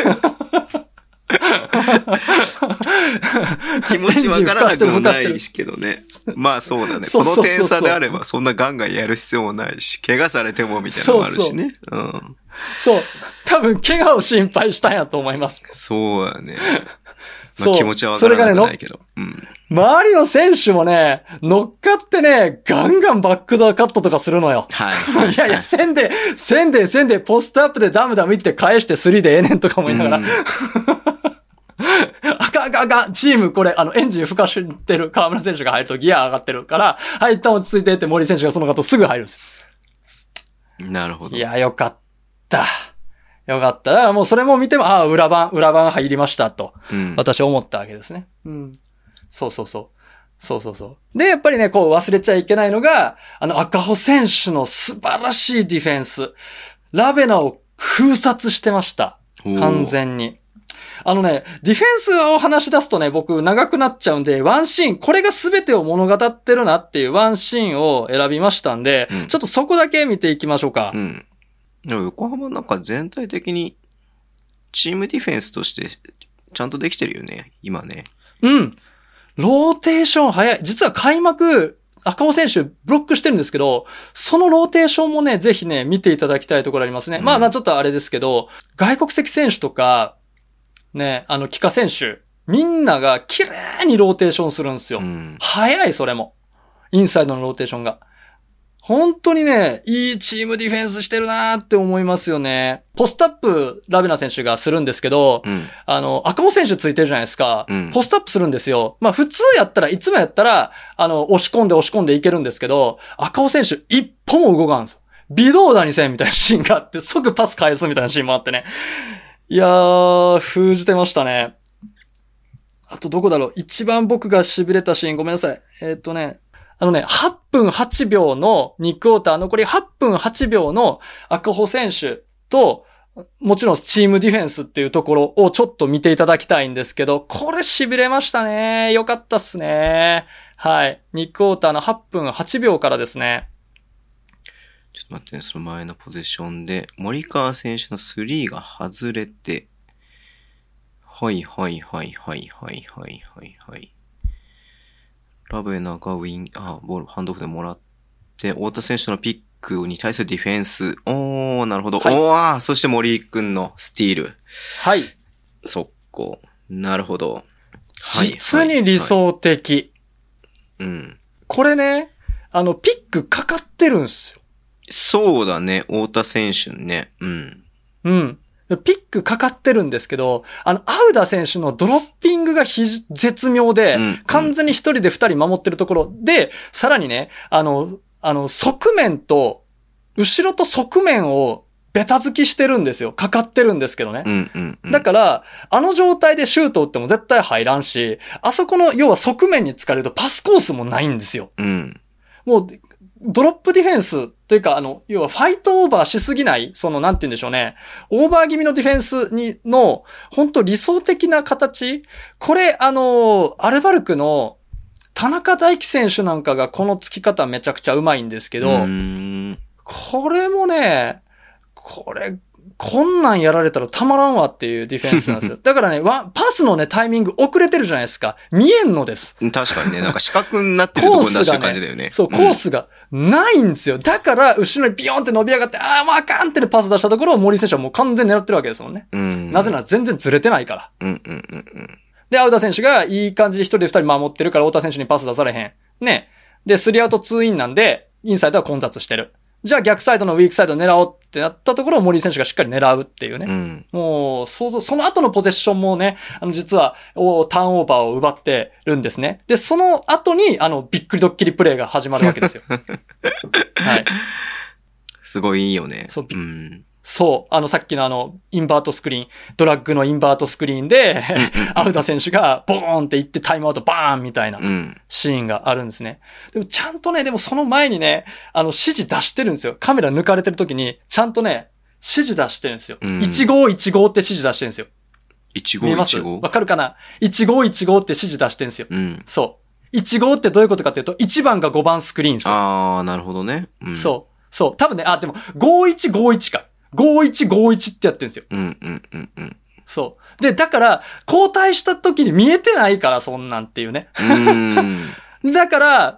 気持ちわからなくもないですけどね。まあそうだね。この点差であればそんなガンガンやる必要もないし、怪我されてもみたいなのもあるしね。 そうそう、うん、そう。多分怪我を心配したんやと思います。 そうだね。まあ、気持ちはわからなくないけど。うん。 周りの選手もね、乗っかってね、ガンガンバックドアカットとかするのよ。 はいはい、はい。 いやいや、せんで、せんで、せんで、ポストアップでダムダムいって返してスリーでええねんとか思いながら。うんあかんあかんあかん。チームこれ、あの、エンジン吹かしてる河村選手が入るとギア上がってるから、はい、一旦落ち着いてって森選手がその後すぐ入るんです。 なるほど。 いや、よかった。よかった。だからもうそれも見ても、ああ、裏番、裏番入りましたと、うん。私は思ったわけですね。うん。そうそうそう。そうそうそう。で、やっぱりね、こう忘れちゃいけないのが、あの、赤穂選手の素晴らしいディフェンス。ラベナを空撮してました。完全に。あのね、ディフェンスを話し出すとね、僕長くなっちゃうんで、ワンシーン、これが全てを物語ってるなっていうワンシーンを選びましたんで、うん、ちょっとそこだけ見ていきましょうか。 うん。でも横浜なんか全体的にチームディフェンスとしてちゃんとできてるよね、今ね。 うん。ローテーション早い。実は開幕、赤尾選手ブロックしてるんですけど、そのローテーションもね、ぜひね、見ていただきたいところありますね。うん、まあまあちょっとあれですけど、外国籍選手とか、ね、あの、帰化選手、みんなが綺麗にローテーションするんですよ。うん、早い、それも。インサイドのローテーションが。本当にね、いいチームディフェンスしてるなーって思いますよね。ポストアップ、ラベナ選手がするんですけど、うん、あの、赤尾選手ついてるじゃないですか。うん、ポストアップするんですよ。まあ普通やったら、いつもやったら、あの、押し込んで押し込んでいけるんですけど、赤尾選手一歩も動かんですよ。微動だにせんみたいなシーンがあって、即パス返すみたいなシーンもあってね。いやー、封じてましたね。あとどこだろう。一番僕が痺れたシーン、ごめんなさい。えー、っとね、あのね、はっぷんはちびょうのにクォーター、残りはっぷんはちびょうの赤穂選手と、 もちろんチームディフェンスっていうところをちょっと見ていただきたいんですけど、これ痺れましたね。よかったっすね。はい。にクォーターのはっぷんはちびょうからですね。 ちょっと待ってね、その前のポゼッションで、森川選手のスリーが外れて、はいはいはいはいはいはいはいはい。ラベナがウィン、あ、ボールハンドオフでもらって、太田選手のピックに対するディフェンス。おー、なるほど。はい、おー、そして森井くんのスティール。 はい。 速攻。なるほど。 実に理想的。はいはいはい、うん。これね、あの、ピックかかってるんですよ。 そうだね、太田選手ね。うん。 うん。ピックかかってるんですけど、あの、アウダ選手のドロッピングが非絶妙で、うんうん、完全に一人で二人守ってるところで、さらにね、あの、あの、側面と、後ろと側面をベタ付きしてるんですよ。かかってるんですけどね。 うんうんうん、 だから、あの状態でシュート打っても絶対入らんし、あそこの、要は側面に疲れるとパスコースもないんですよ。 うん、 もう、ドロップディフェンスというか、あの、要はファイトオーバーしすぎない、その、なんて言うんでしょうね。オーバー気味のディフェンスに、の、本当理想的な形。これ、あの、アルバルクの田中大輝選手なんかがこの付き方めちゃくちゃうまいんですけど、これもね、これ、こんなんやられたらたまらんわっていうディフェンスなんですよ。だからね、パスのね、タイミング遅れてるじゃないですか。見えんのです。 確かにね、なんか四角になってるところに出してる感じだよね。 ねそう、コースがないんですよ。だから、後ろにビヨーンって伸び上がって、ああ、もうあかんってパス出したところを森選手はもう完全に狙ってるわけですもんね。 うん、 なぜなら全然ずれてないから。 うんうんうんうん、 で、アウダ選手がいい感じで一人で二人守ってるから、太田選手にパス出されへん。ね。で、スリーアウトツーインなんで、インサイドは混雑してる。じゃあ逆サイドのウィークサイドを狙おうってなったところを森選手がしっかり狙うっていうね。 うん、 もう、想像、その後のポゼッションもね、あの、実は、ターンオーバーを奪ってるんですね。で、その後に、あの、びっくりドッキリプレイが始まるわけですよ。はい。 すごいいいよね。 そう。 うん、 そう。あの、さっきのあの、インバートスクリーン、ドラッグのインバートスクリーンで、アウダ選手がボーンって行ってタイムアウトバーンみたいなシーンがあるんですね。でもちゃんとね、でもその前にね、あの、指示出してるんですよ。カメラ抜かれてる時に、ちゃんとね、指示出してるんですよ。うん、いちごいちごって指示出してるんですよ。 いちごいちご？ わかるかな？ いちごいちごって指示出してるんですよ。 うん、 そう。いちごってどういうことかっていうと、いちばんがごばんスクリーンですよ。 あー、なるほどね。 うん、そう。そう。多分ね、あ、でも、ごいちごいちか。ごいちごいちってやってるんですよ。 うんうんうんうん。 そう。で、だから、交代した時に見えてないから、そんなんっていうね。 うーんだから、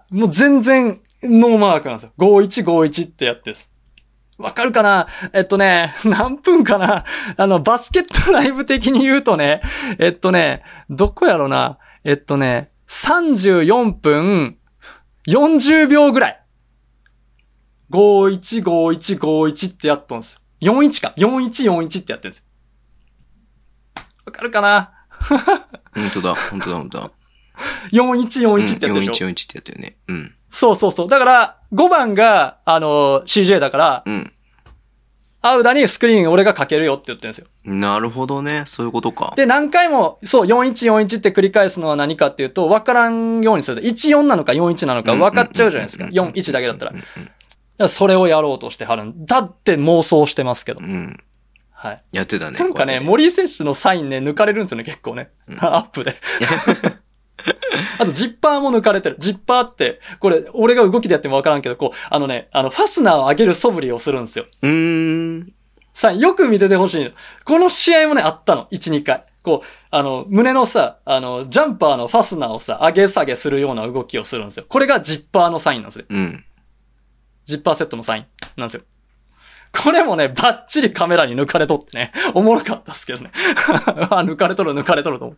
もう全然、ノーマークなんですよ。ごいちごいちってやってるんです。わかるかな？えっとね、何分かな？あの、バスケットライブ的に言うとね、えっとね、どこやろな？えっとね、さんじゅうよんぷんよんじゅうびょうぐらい。ごいちごいちごいちってやっとんです。よんいちか。よんいちよんいちってやってるんですよ。わかるかな？ 本当だ、本当だ、本当だ。 よんいちよんいちってやってるでしょ、うん、 よんいちよんいちってやってるね。うん。 そうそうそう。だから、ごばんが、あの、シージェー だから、 うん。 アウダにスクリーン俺がかけるよって言ってるんですよ。 なるほどね。そういうことか。 で、何回も、そう、よんいちよんいちって繰り返すのは何かっていうと、わからんようにすると、いちよんなのかよんいちなのか分かっちゃうじゃないですか。よんいちだけだったら。それをやろうとしてはるんだって妄想してますけど。 うん。 はい。 やってたね。 なんかね、森井選手のサインね、抜かれるんですよね、結構ね。うん、アップで。あと、ジッパーも抜かれてる。ジッパーって、これ、俺が動きでやってもわからんけど、こう、あのね、あの、ファスナーを上げる素振りをするんですよ。 うーん。 さ、よく見ててほしいの。この試合もね、あったの。いち、にかい。こう、あの、胸のさ、あの、ジャンパーのファスナーをさ、上げ下げするような動きをするんですよ。これがジッパーのサインなんですよ。 うん。 ジッパーセットのサインなんですよ。これもね、バッチリカメラに抜かれとってね、おもろかったっすけどね。あ、抜かれとる抜かれとると思って。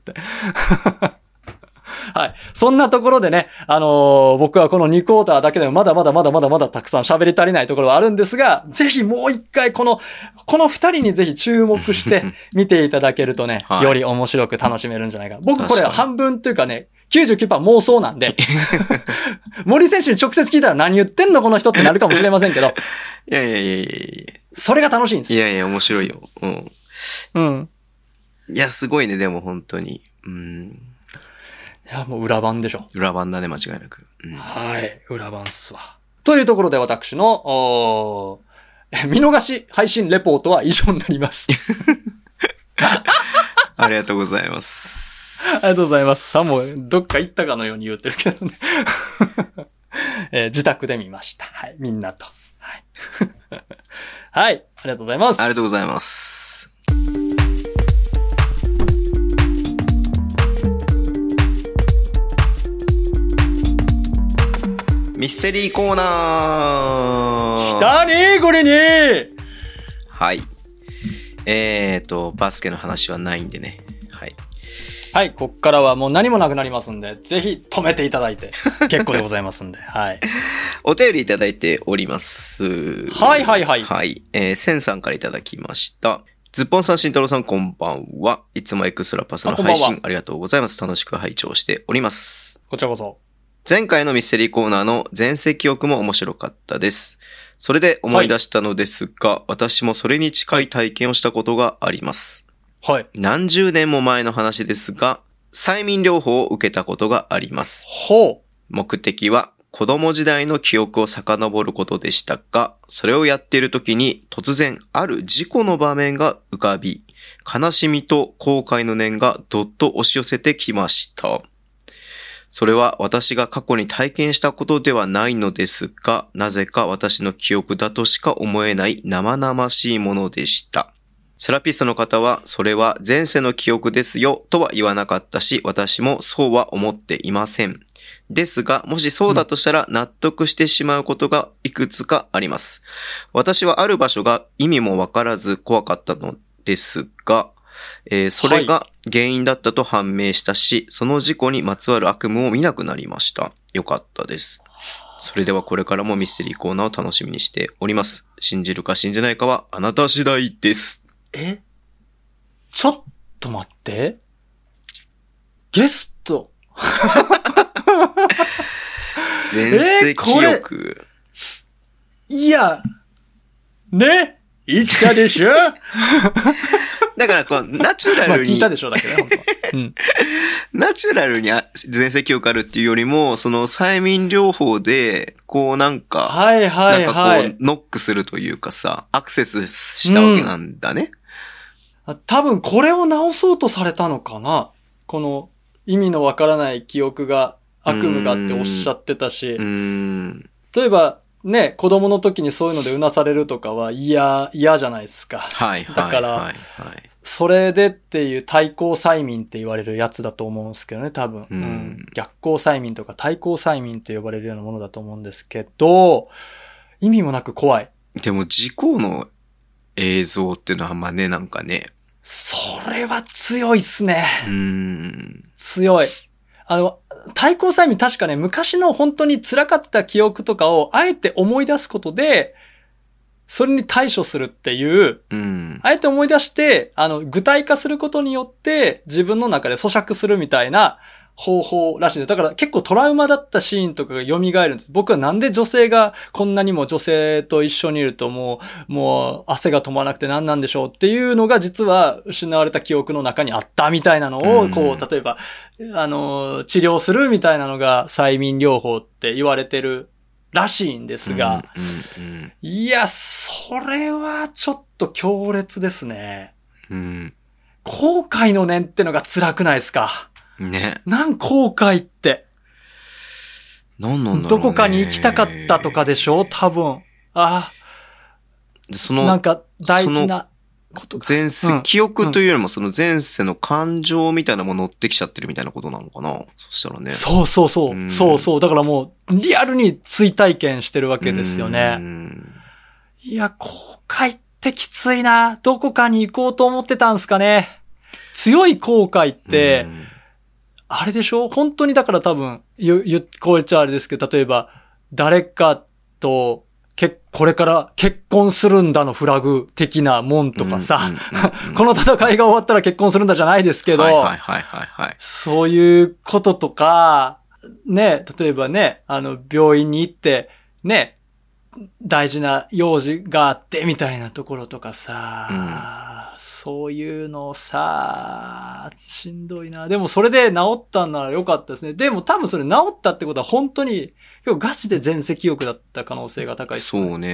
はい。そんなところでね、あのー、僕はこのにクォーターだけでもまだまだまだまだまだたくさん喋り足りないところはあるんですが、ぜひもう一回この、この二人にぜひ注目して見ていただけるとね、はい、より面白く楽しめるんじゃないか。僕これ半分というかね、きゅうじゅうきゅうパーセント 妄想なんで、森選手に直接聞いたら何言ってんのこの人ってなるかもしれませんけど。いやいやいやいやいやそれが楽しいんです。 いやいや、面白いよ。うん。 うん。 いや、すごいね、でも本当に。うん。 いや、もう裏番でしょ。 裏番だね、間違いなく。うん、 はい。裏番っすわ。というところで私の、お見逃し配信レポートは以上になります。 ありがとうございます。 ありがとうございます。さもどっか行ったかのように言ってるけどね。えー、自宅で見ました。はい。みんなと。はい。はい。ありがとうございます。 ありがとうございます。ミステリーコーナー。 来たねー、これねー。 はい。えーと、バスケの話はないんでね。はい。 はい、こっからはもう何もなくなりますんで、ぜひ止めていただいて結構でございますんで、はい。 お便りいただいております。 はいはいはい。 はい。えー、センさんからいただきました。ズッポンさん、シンタロウさん、こんばんは。いつもエクストラパスの配信 あ, ありがとうございます。楽しく拝聴しております。 こちらこそ。 前回のミステリーコーナーの前世記憶も面白かったです。それで思い出したのですが、はい、私もそれに近い体験をしたことがあります。 はい。 何十年も前の話ですが、催眠療法を受けたことがあります。 ほう。 目的は子供時代の記憶を遡ることでしたが、それをやっている時に突然ある事故の場面が浮かび、悲しみと後悔の念がどっと押し寄せてきました。それは私が過去に体験したことではないのですが、なぜか私の記憶だとしか思えない生々しいものでした。セラピストの方は、それは前世の記憶ですよとは言わなかったし、私もそうは思っていません。ですが、もしそうだとしたら納得してしまうことがいくつかあります。私はある場所が意味もわからず怖かったのですが、えー、それが原因だったと判明したし、はい、その事故にまつわる悪夢を見なくなりました。よかったです。それではこれからもミステリーコーナーを楽しみにしております。信じるか信じないかはあなた次第です。 え？ちょっと待って。ゲスト前世記憶。 いや、ね言ったでしょだからこう、ナチュラルに。 まあ聞いたでしょだけど、本当は。うん。 ナチュラルに前世記憶あるっていうよりも、その催眠療法で、こうなんか、 はいはいはい。 なんかこう、ノックするというかさ、アクセスしたわけなんだね。 うん、多分これを直そうとされたのかな？この意味のわからない記憶が悪夢がっておっしゃってたし、 うーん例えば、ね、子供の時にそういうのでうなされるとかは嫌、嫌じゃないですか。 はいはい。 だから、はいはい、それでっていう対抗催眠って言われるやつだと思うんですけどね、多分。うんうん、逆行催眠とか対抗催眠って呼ばれるようなものだと思うんですけど、意味もなく怖い。 でも事故の映像っていうのはあんまね、なんかね。 それは強いっすね。 うーん強い。あの、対抗催眠確かね、昔の本当に辛かった記憶とかをあえて思い出すことで、それに対処するっていう、 うん、 あえて思い出して、あの、具体化することによって自分の中で咀嚼するみたいな方法らしいです。だから結構トラウマだったシーンとかが蘇るんです。僕はなんで女性がこんなにも女性と一緒にいるともう、もう汗が止まらなくて何なんでしょうっていうのが実は失われた記憶の中にあったみたいなのを、こう、例えば、あの、治療するみたいなのが催眠療法って言われてるらしいんですが、 うんうんうん、 いや、それはちょっと強烈ですね。 うん、 後悔の念ってのが辛くないですか？ ね。 なん後悔って。 なんなんだろうね。 どこかに行きたかったとかでしょ？多分。ああ。 その、 なんか大事なことか。 前世、うん、記憶というよりもその前世の感情みたいなもの乗ってきちゃってるみたいなことなのかな？そしたらね。 そうそうそう。うん、そうそう。だからもう、リアルに追体験してるわけですよね。うんいや、後悔ってきついな。どこかに行こうと思ってたんすかね。強い後悔って、うんあれでしょ？本当にだから多分、ゆ、ゆ、こう言っちゃあれですけど、例えば、誰かと、け、これから結婚するんだのフラグ的なもんとかさ、この戦いが終わったら結婚するんだじゃないですけど、 はいはいはいはい、はい、 そういうこととか、ね、例えばね、あの、病院に行って、ね、大事な用事があってみたいなところとかさ、うん、そういうのさ、しんどいな。でもそれで治ったんならよかったですね。でも多分それ治ったってことは本当に、ガチで前世記憶だった可能性が高いですね。 そうね。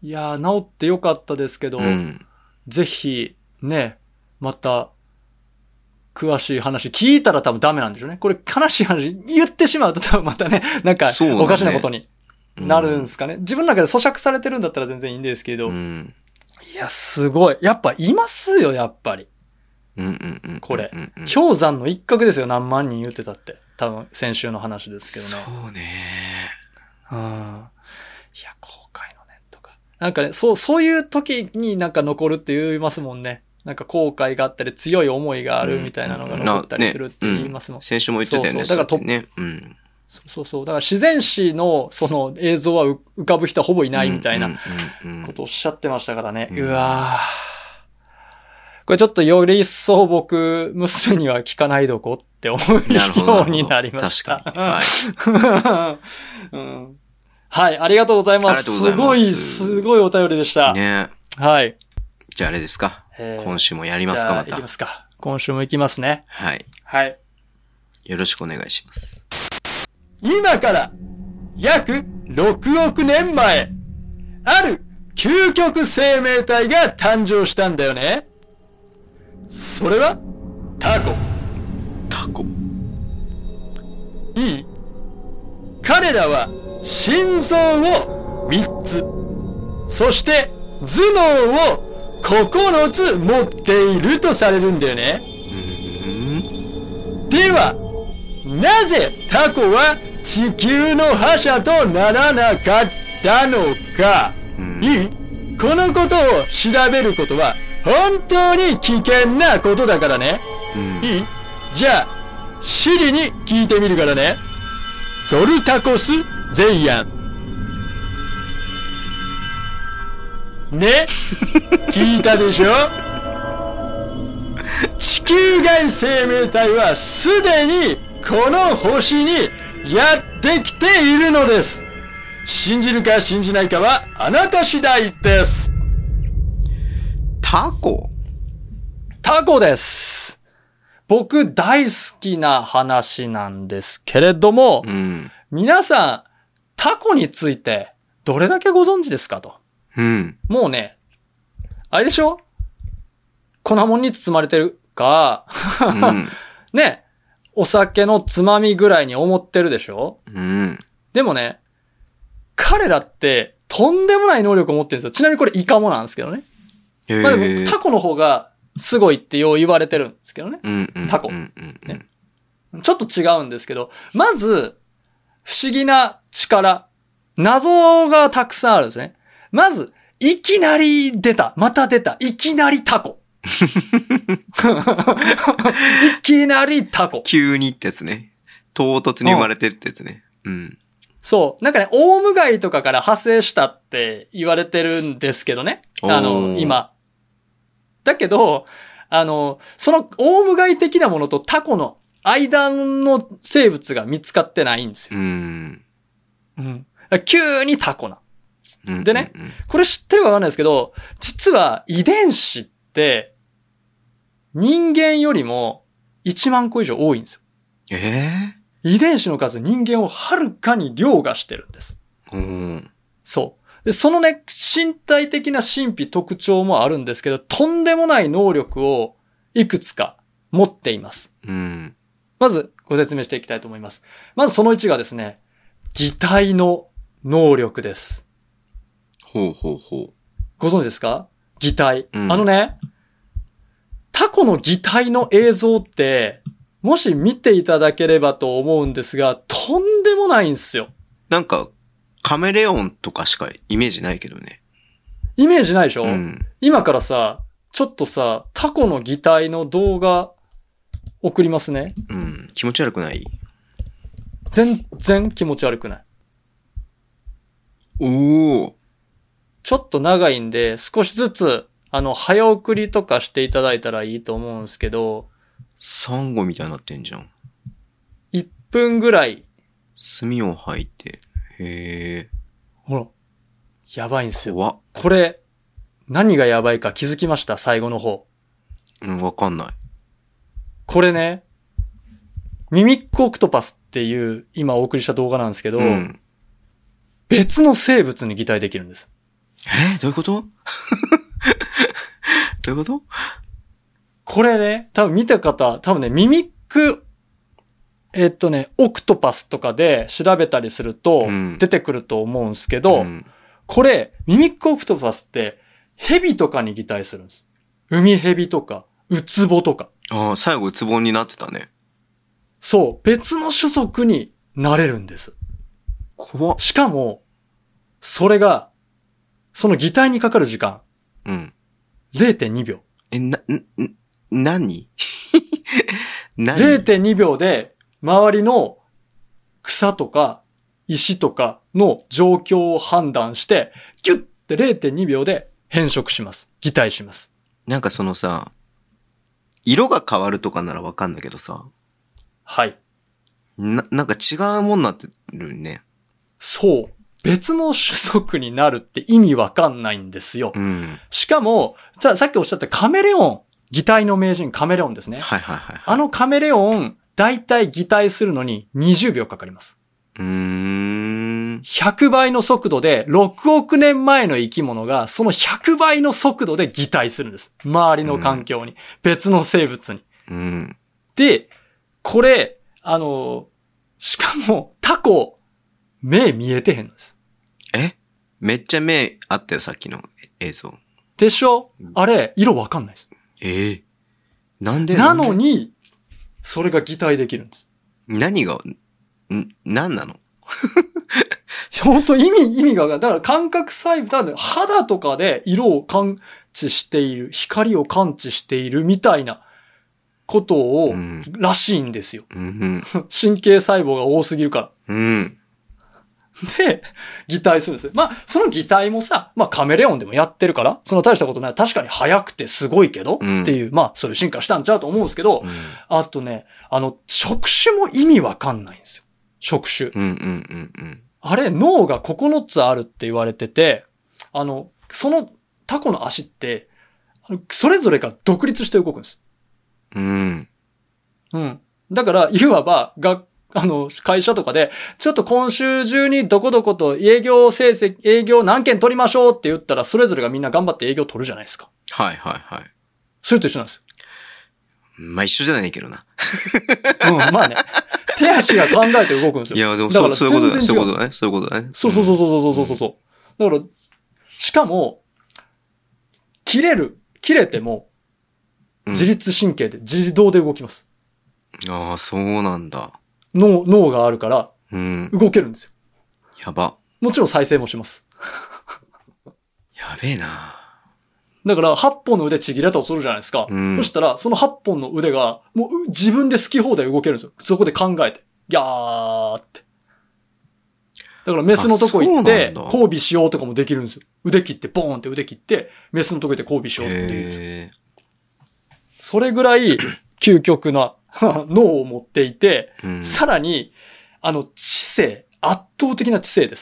いやー、治ってよかったですけど、 うん、 ぜひ、ね、また、詳しい話聞いたら多分ダメなんでしょうね。これ悲しい話言ってしまうと多分またね、なんかおかしなことになるんですかね。うん、自分の中で咀嚼されてるんだったら全然いいんですけど。うん、いや、すごい。やっぱいますよ、やっぱり。 うんうんうん、 これ。氷山の一角ですよ、何万人言ってたって。多分先週の話ですけどね。 そうね。 うん。いや、後悔の念とか。なんかね、そう、そういう時になんか残るって言いますもんね。なんか後悔があったり強い思いがあるみたいなのが残ったりするって言いますもん。 うんねうん、先週も言ってたよね。 そうそう。だからと、ねうん、そうそうそう。だから自然史のその映像は浮かぶ人はほぼいないみたいなことをおっしゃってましたからね。うんうんうん、うわー。これちょっとより一層僕、娘には聞かないどこって思うようになりました。 確かに。はい、 うん。はい、ありがとうございます。すごい、すごいお便りでした。 ね。 はい。 じゃああれですか。えー、今週もやりますか、また。 じゃあ行きますか。今週も行きますね。 はい。 はい。 よろしくお願いします。 今から約ろくおくねんまえ、ある究極生命体が誕生したんだよね。それはタコ。 タコ。 いい？彼らは心臓をみっつ、そして頭脳をここのつ持っているとされるんだよね。では、なぜタコは地球の覇者とならなかったのか。いい？このことを調べることは本当に危険なことだからね。いい？じゃあ、シリに聞いてみるからね。ゾルタコス・ゼイアン。ね聞いたでしょ。地球外生命体はすでにこの星にやってきているのです。信じるか信じないかはあなた次第です。 タコ？ タコです。僕大好きな話なんですけれども、うん、皆さんタコについてどれだけご存知ですかと。 うん、 もうね、あれでしょ？粉もんに包まれてるか、うん、ね、お酒のつまみぐらいに思ってるでしょ？ うん、 でもね、彼らってとんでもない能力を持ってるんですよ。ちなみにこれイカもなんですけどね。まあでもタコの方がすごいってよう言われてるんですけどね。 うんうん、 タコ、 うんうんね。ちょっと違うんですけど、まず、不思議な力、謎がたくさんあるんですね。まず、いきなり出た。また出た。いきなりタコ。いきなりタコ。 急にってやつね。唐突に生まれてるってやつね。うん。うん、 そう。なんかね、オウムガイとかから派生したって言われてるんですけどね。あの、今。だけど、あの、そのオウムガイ的なものとタコの間の生物が見つかってないんですよ。 うん。 うん。急にタコな。でね、 うんうんうん、 これ知ってるかわかんないですけど、実は遺伝子って人間よりもいちまんこ以上多いんですよ。 えー、遺伝子の数人間をはるかに凌駕してるんです。 うん、 そう。で、そのね、身体的な神秘特徴もあるんですけど、とんでもない能力をいくつか持っています。 うん、 まずご説明していきたいと思います。まずそのいちがですね、擬態の能力です。 ほうほうほう。 ご存知ですか？擬態、 うん。 あのね、タコの擬態の映像って、もし見ていただければと思うんですが、とんでもないんですよ。 なんか、カメレオンとかしかイメージないけどね。 イメージないでしょ？ うん、 今からさ、ちょっとさ、タコの擬態の動画送りますね。 うん。気持ち悪くない？ 全然気持ち悪くない。 おー。 ちょっと長いんで、少しずつ、あの、早送りとかしていただいたらいいと思うんですけど。 サンゴみたいになってんじゃん。 いっぷんぐらい。 墨を吐いて。へー。 ほら。やばいんですよ。 怖っ。 これ、何がやばいか気づきました？最後の方。 うん、わかんない。 これね、ミミックオクトパスっていう、今お送りした動画なんですけど、うん、別の生物に擬態できるんです。 えー、どういうことどういうことこれね、多分見た方、多分ね、ミミック、えっとね、オクトパスとかで調べたりすると出てくると思うんですけど、うん、これ、ミミックオクトパスって、ヘビとかに擬態するんです。海ヘビとか、ウツボとか。 ああ、最後ウツボになってたね。 そう、別の種族になれるんです。 怖っ。 しかも、それが、その擬態にかかる時間。 うん。 れいてんにびょう。 え、な、ん、何何れいてんにびょうで、周りの草とか石とかの状況を判断して、ギュッて れいてんにびょうで変色します。擬態します。 なんかそのさ、色が変わるとかならわかんだけどさ。 はい。 な、なんか違うもんなってるね。 そう。別の種族になるって意味わかんないんですよ。 うん。 しかも、じゃあさっきおっしゃったカメレオン、擬態の名人カメレオンですね。 はいはいはい、はい。 あのカメレオン、だいたい擬態するのににじゅうびょうかかります。 うーん。 ひゃくばいの速度でろくおくねんまえの生き物がそのひゃくばいの速度で擬態するんです。周りの環境に。うん、別の生物に。 うん。 で、これ、あの、しかもタコ、目見えてへんのです。 え？めっちゃ目あったよ、さっきの映像。 でしょ？あれ、色わかんないです。 ええー。なんで？ なのに、それが擬態できるんです。 何が、ん、何なの？ 本当意味、意味がわかんない。だから感覚細胞、ただ肌とかで色を感知している、光を感知しているみたいなことを、うん、らしいんですよ。 うん、 神経細胞が多すぎるから。 うん、 で、擬態するんですよ。まあ、その擬態もさ、まあカメレオンでもやってるから、その大したことない。確かに速くてすごいけど、うん、っていう、まあそういう進化したんちゃうと思うんですけど、うん、あとね、あの、触手も意味わかんないんですよ。触手。 うんうんうんうん、 あれ、脳がここのつあるって言われてて、あの、そのタコの足って、それぞれが独立して動くんです。 うん。 うん。だから、いわば、が、あの、会社とかで、ちょっと今週中にどこどこと営業成績、営業何件取りましょうって言ったら、それぞれがみんな頑張って営業取るじゃないですか。 はいはいはい。 それと一緒なんですよ。 まあ一緒じゃないけどな。 うん、まあね。手足が考えて動くんですよ。 いや、でもそう、そういうことだね。そういうことだね。そういうことだね。 そうそうそうそうそうそうそう。うん、だから、しかも、切れる、切れても、自律神経で自動で動きます。 うん、ああ、そうなんだ。 脳、脳があるから、動けるんですよ、 うん。やば。 もちろん再生もします。 やべえな。 だから、はっぽんの腕ちぎれたとするじゃないですか。うん、そしたら、そのはっぽんの腕が、もう自分で好き放題動けるんですよ。そこで考えて。ギャーって。だから、メスのとこ行って、交尾しようとかもできるんですよ。腕切って、ボーンって腕切って、メスのとこ行って交尾しようとかもできるんですよ。それぐらい、究極な脳を持っていて、うん、さらに、あの、知性、圧倒的な知性です。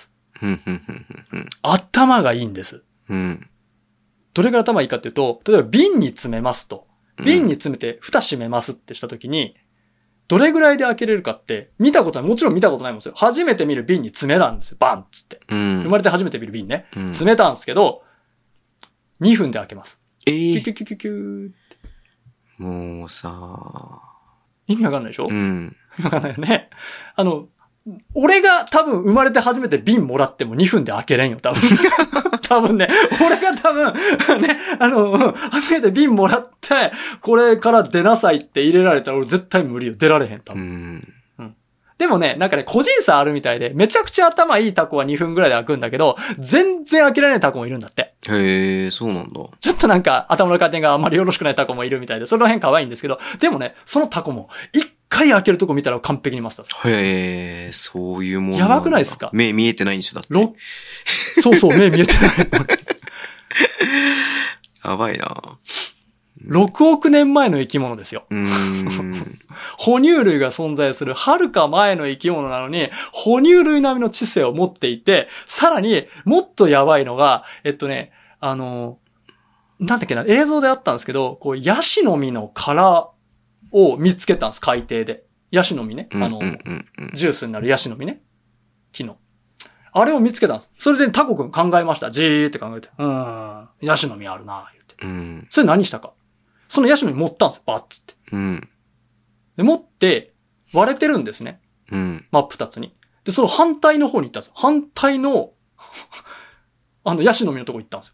頭がいいんです。 うん、 どれぐらい頭いいかっていうと、例えば瓶に詰めますと。瓶に詰めて蓋閉めますってしたときに、どれぐらいで開けれるかって、見たことない、もちろん見たことないもんですよ。初めて見る瓶に詰めたんですよ。バンっつって。 うん、 生まれて初めて見る瓶ね。うん、詰めたんですけど、にふんで開けます。 えー、 キュキュキュキュキュって。 もうさ、 意味わかんないでしょ？ うん。 意味わかんないよね。あの、俺が多分生まれて初めて瓶もらってもにふんで開けれんよ、多分。多分ね、俺が多分、ね、あの、初めて瓶もらって、これから出なさいって入れられたら俺絶対無理よ。出られへん、多分。 うんうん。でもね、なんかね、個人差あるみたいで、めちゃくちゃ頭いいタコはにふんぐらいで開くんだけど、全然開けられないタコもいるんだって。 へー、そうなんだ。 ちょっとなんか頭の回転があんまりよろしくないタコもいるみたいで、その辺可愛いんですけど、でもね、そのタコも、一回開けるとこ見たら完璧にマスターする。へー、そういうもんなんだ。やばくないですか？ 目見えてないんでしょ、だって。 ろそうそう、目見えてない。 やばいな。 ろくおくねんまえの生き物ですよ。 うーん哺乳類が存在する遥か前の生き物なのに、哺乳類並みの知性を持っていて、さらにもっとやばいのが、えっとね、あの、なんだっけな、映像であったんですけど、こう、ヤシの実の殻を見つけたんです、海底で。ヤシの実ね。あの、ジュースになるヤシの実ね。木の。 あれを見つけたんです。それでタコくん考えました。じーって考えて。うーん。ヤシの実あるな、言って。 うん。 それ何したか。そのヤシの実持ったんですよ。バッつって。 うん。 で、持って、割れてるんですね。 うん。 真っ二つに。で、その反対の方に行ったんですよ。反対の、あの、ヤシの実のとこ行ったんですよ。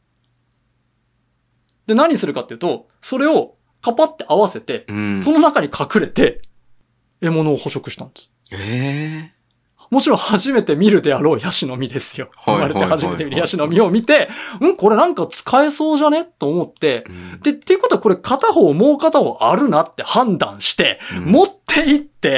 で、何するかっていうと、それをカパって合わせて、 うん、 その中に隠れて、獲物を捕食したんです。 ええもちろん初めて見るであろうヤシの実ですよ。生まれて初めて見るヤシの実を見て、うん、これなんか使えそうじゃねと思って、うん、で、っていうことはこれ片方もう片方あるなって判断して、うん、持って行って、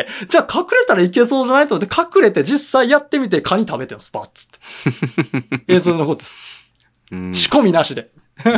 じゃあ隠れたらいけそうじゃないと思って隠れて実際やってみてカニ食べてるんです。バッツって。映像に残ってです。うん、仕込みなしで。うん。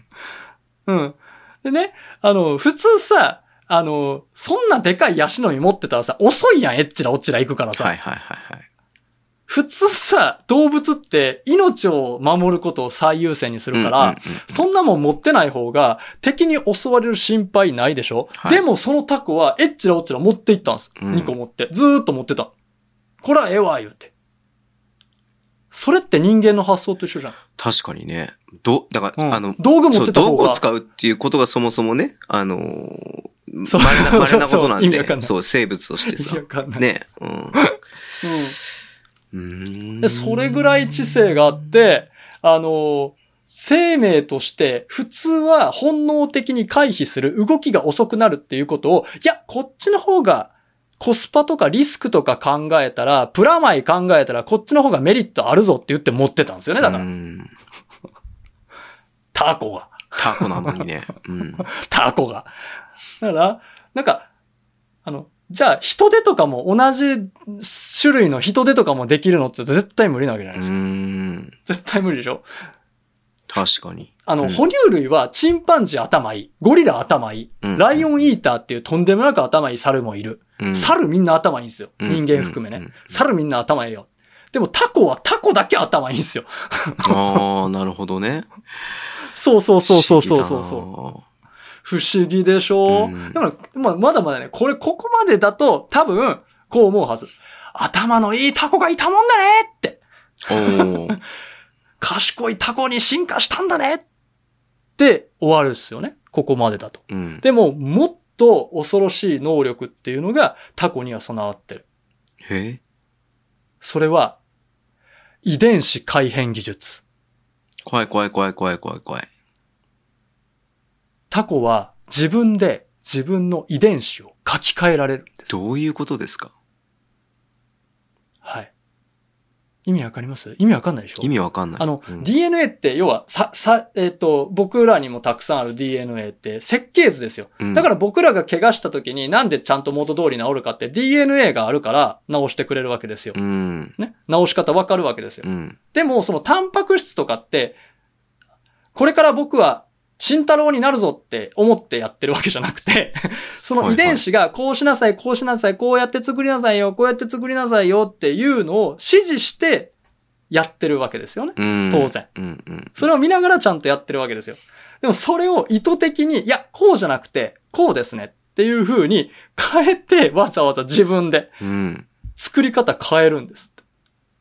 うん。でね、あの、普通さ、あの、そんなでかいヤシの実持ってたらさ、遅いやん、えっちらおっちら行くからさ。 はいはいはいはい。 普通さ、動物って命を守ることを最優先にするから、うんうんうんうん、そんなもん持ってない方が敵に襲われる心配ないでしょ、はい、でもそのタコはえっちらおっちら持って行ったんです。うん、にこ持って。ずーっと持ってた。これはええわ、言うて。それって人間の発想と一緒じゃん。 確かにね。ど、だから、うん、あの、 道具持ってた方が。 道具を使うっていうことがそもそもね、あのー、そう稀な、稀なことなんで、そう、そうそう生物としてさ。ね。うん。 うん、でそれぐらい知性があって、あのー、生命として普通は本能的に回避する動きが遅くなるっていうことを、いや、こっちの方がコスパとかリスクとか考えたら、プラマイ考えたらこっちの方がメリットあるぞって言って持ってたんですよね、だから。うんタコが。 タコなのにね。うん、 タコが。だから、なんか、あの、じゃあ人手とかも同じ種類の人手とかもできるのって絶対無理なわけじゃないですか。うーん絶対無理でしょ。 確かに。 あの、うん、哺乳類はチンパンジー頭いい。ゴリラ頭いい。うん、ライオンイーターっていうとんでもなく頭いい猿もいる。うん、猿みんな頭いいんですよ。人間含めね。うん、猿みんな頭いいよ。でもタコはタコだけ頭いいんですよ。 ああ、なるほどね。 そうそうそうそうそうそうそう。不思議でしょ、うん、だから、まあ、まだまだね、これここまでだと多分こう思うはず。頭のいいタコがいたもんだねって。お賢いタコに進化したんだねって終わるっすよね。ここまでだと。うん、でも、もっと恐ろしい能力っていうのがタコには備わってる。 へそれは、遺伝子改変技術。 怖い怖い怖い怖い怖い怖い。 タコは自分で自分の遺伝子を書き換えられるんです。 どういうことですか？ はい。意味わかります？意味わかんないでしょ？ 意味わかんない。 あの、うん、ディーエヌエー って要は、さ、さ、えっと、僕らにもたくさんある ディーエヌエー って設計図ですよ。うん、だから僕らが怪我した時になんでちゃんと元通り治るかって ディーエヌエー があるから治してくれるわけですよ。うん、ね。治し方わかるわけですよ。うん、でも、そのタンパク質とかって、これから僕は慎太郎になるぞって思ってやってるわけじゃなくて、その遺伝子がこうしなさい、こうしなさい、こうやって作りなさいよ、こうやって作りなさいよっていうのを指示してやってるわけですよね。当然、うんうん。それを見ながらちゃんとやってるわけですよ。でもそれを意図的に、いや、こうじゃなくて、こうですねっていう風に変えてわざわざ自分で作り方変えるんですって。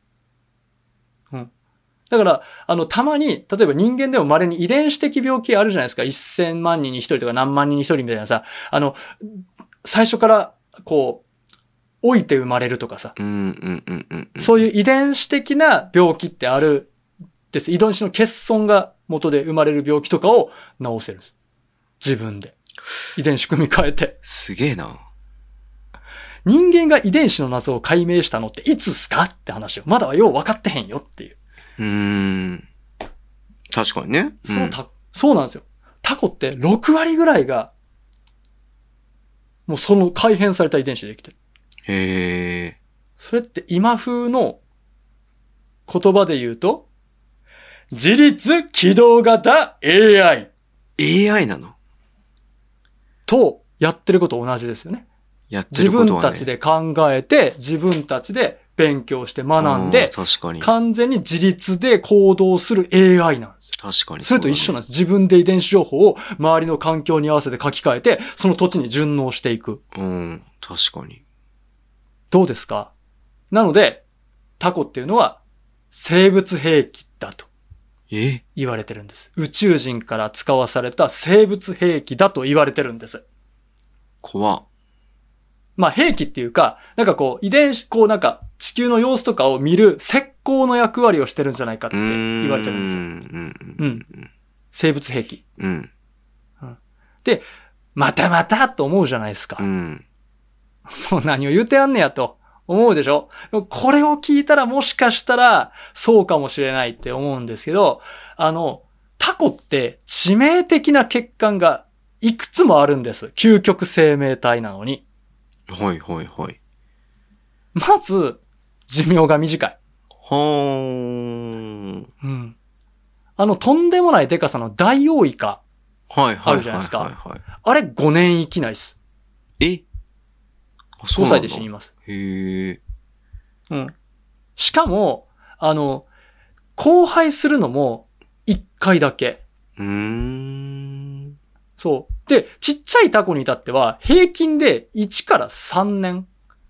だから、あの、たまに、例えば人間でも稀に遺伝子的病気あるじゃないですか。せんまんにんにひとりとか何万人にひとりみたいなさ、あの、最初から、こう、老いて生まれるとかさ。そういう遺伝子的な病気ってあるです。遺伝子の欠損が元で生まれる病気とかを治せる。自分で。遺伝子組み換えて。 すげえな。 人間が遺伝子の謎を解明したのっていつっすかって話を。まだはよう分かってへんよっていう。 うーん。確かにね。 そのた、うん、そうなんですよ。タコってろくわりぐらいが、もうその改変された遺伝子でできてる。 へー。 それって今風の言葉で言うと、自律起動型 エーアイ。 エーアイ なの？ と、やってること同じですよね。 やってることはね。 自分たちで考えて、自分たちで勉強して学んで、 確かに完全に自立で行動する エーアイ なんですよ。 確かにそ,、ね。それと一緒なんです。自分で遺伝子情報を周りの環境に合わせて書き換えて、その土地に順応していく。 うん、確かに。 どうですか？なので、 タコっていうのは生物兵器だとえ言われてるんです。宇宙人から使わされた生物兵器だと言われてるんです。 怖っ。 まあ兵器っていうか、なんかこう遺伝子、こうなんか地球の様子とかを見る石膏の役割をしてるんじゃないかって言われてるんですよ。 うん。 うん。生物兵器。 うん。 で、またまたと思うじゃないですか。 うん。 そう何を言うてやんねやと思うでしょ。これを聞いたらもしかしたらそうかもしれないって思うんですけど、あの、タコって致命的な欠陥がいくつもあるんです。究極生命体なのに。 はいはいはい。 まず、寿命が短い。 はー。 うん。あの、とんでもないデカさのダイオウイカ。 はいはいはいはい。 あるじゃないですか。あれごねん生きないっす。 えごさいで死にます。 へえ。 うん。しかも、あの、交配するのもいっかいだけ。 うーん。 そう。で、ちっちゃいタコに至っては、平均でいちからさんねん。 ん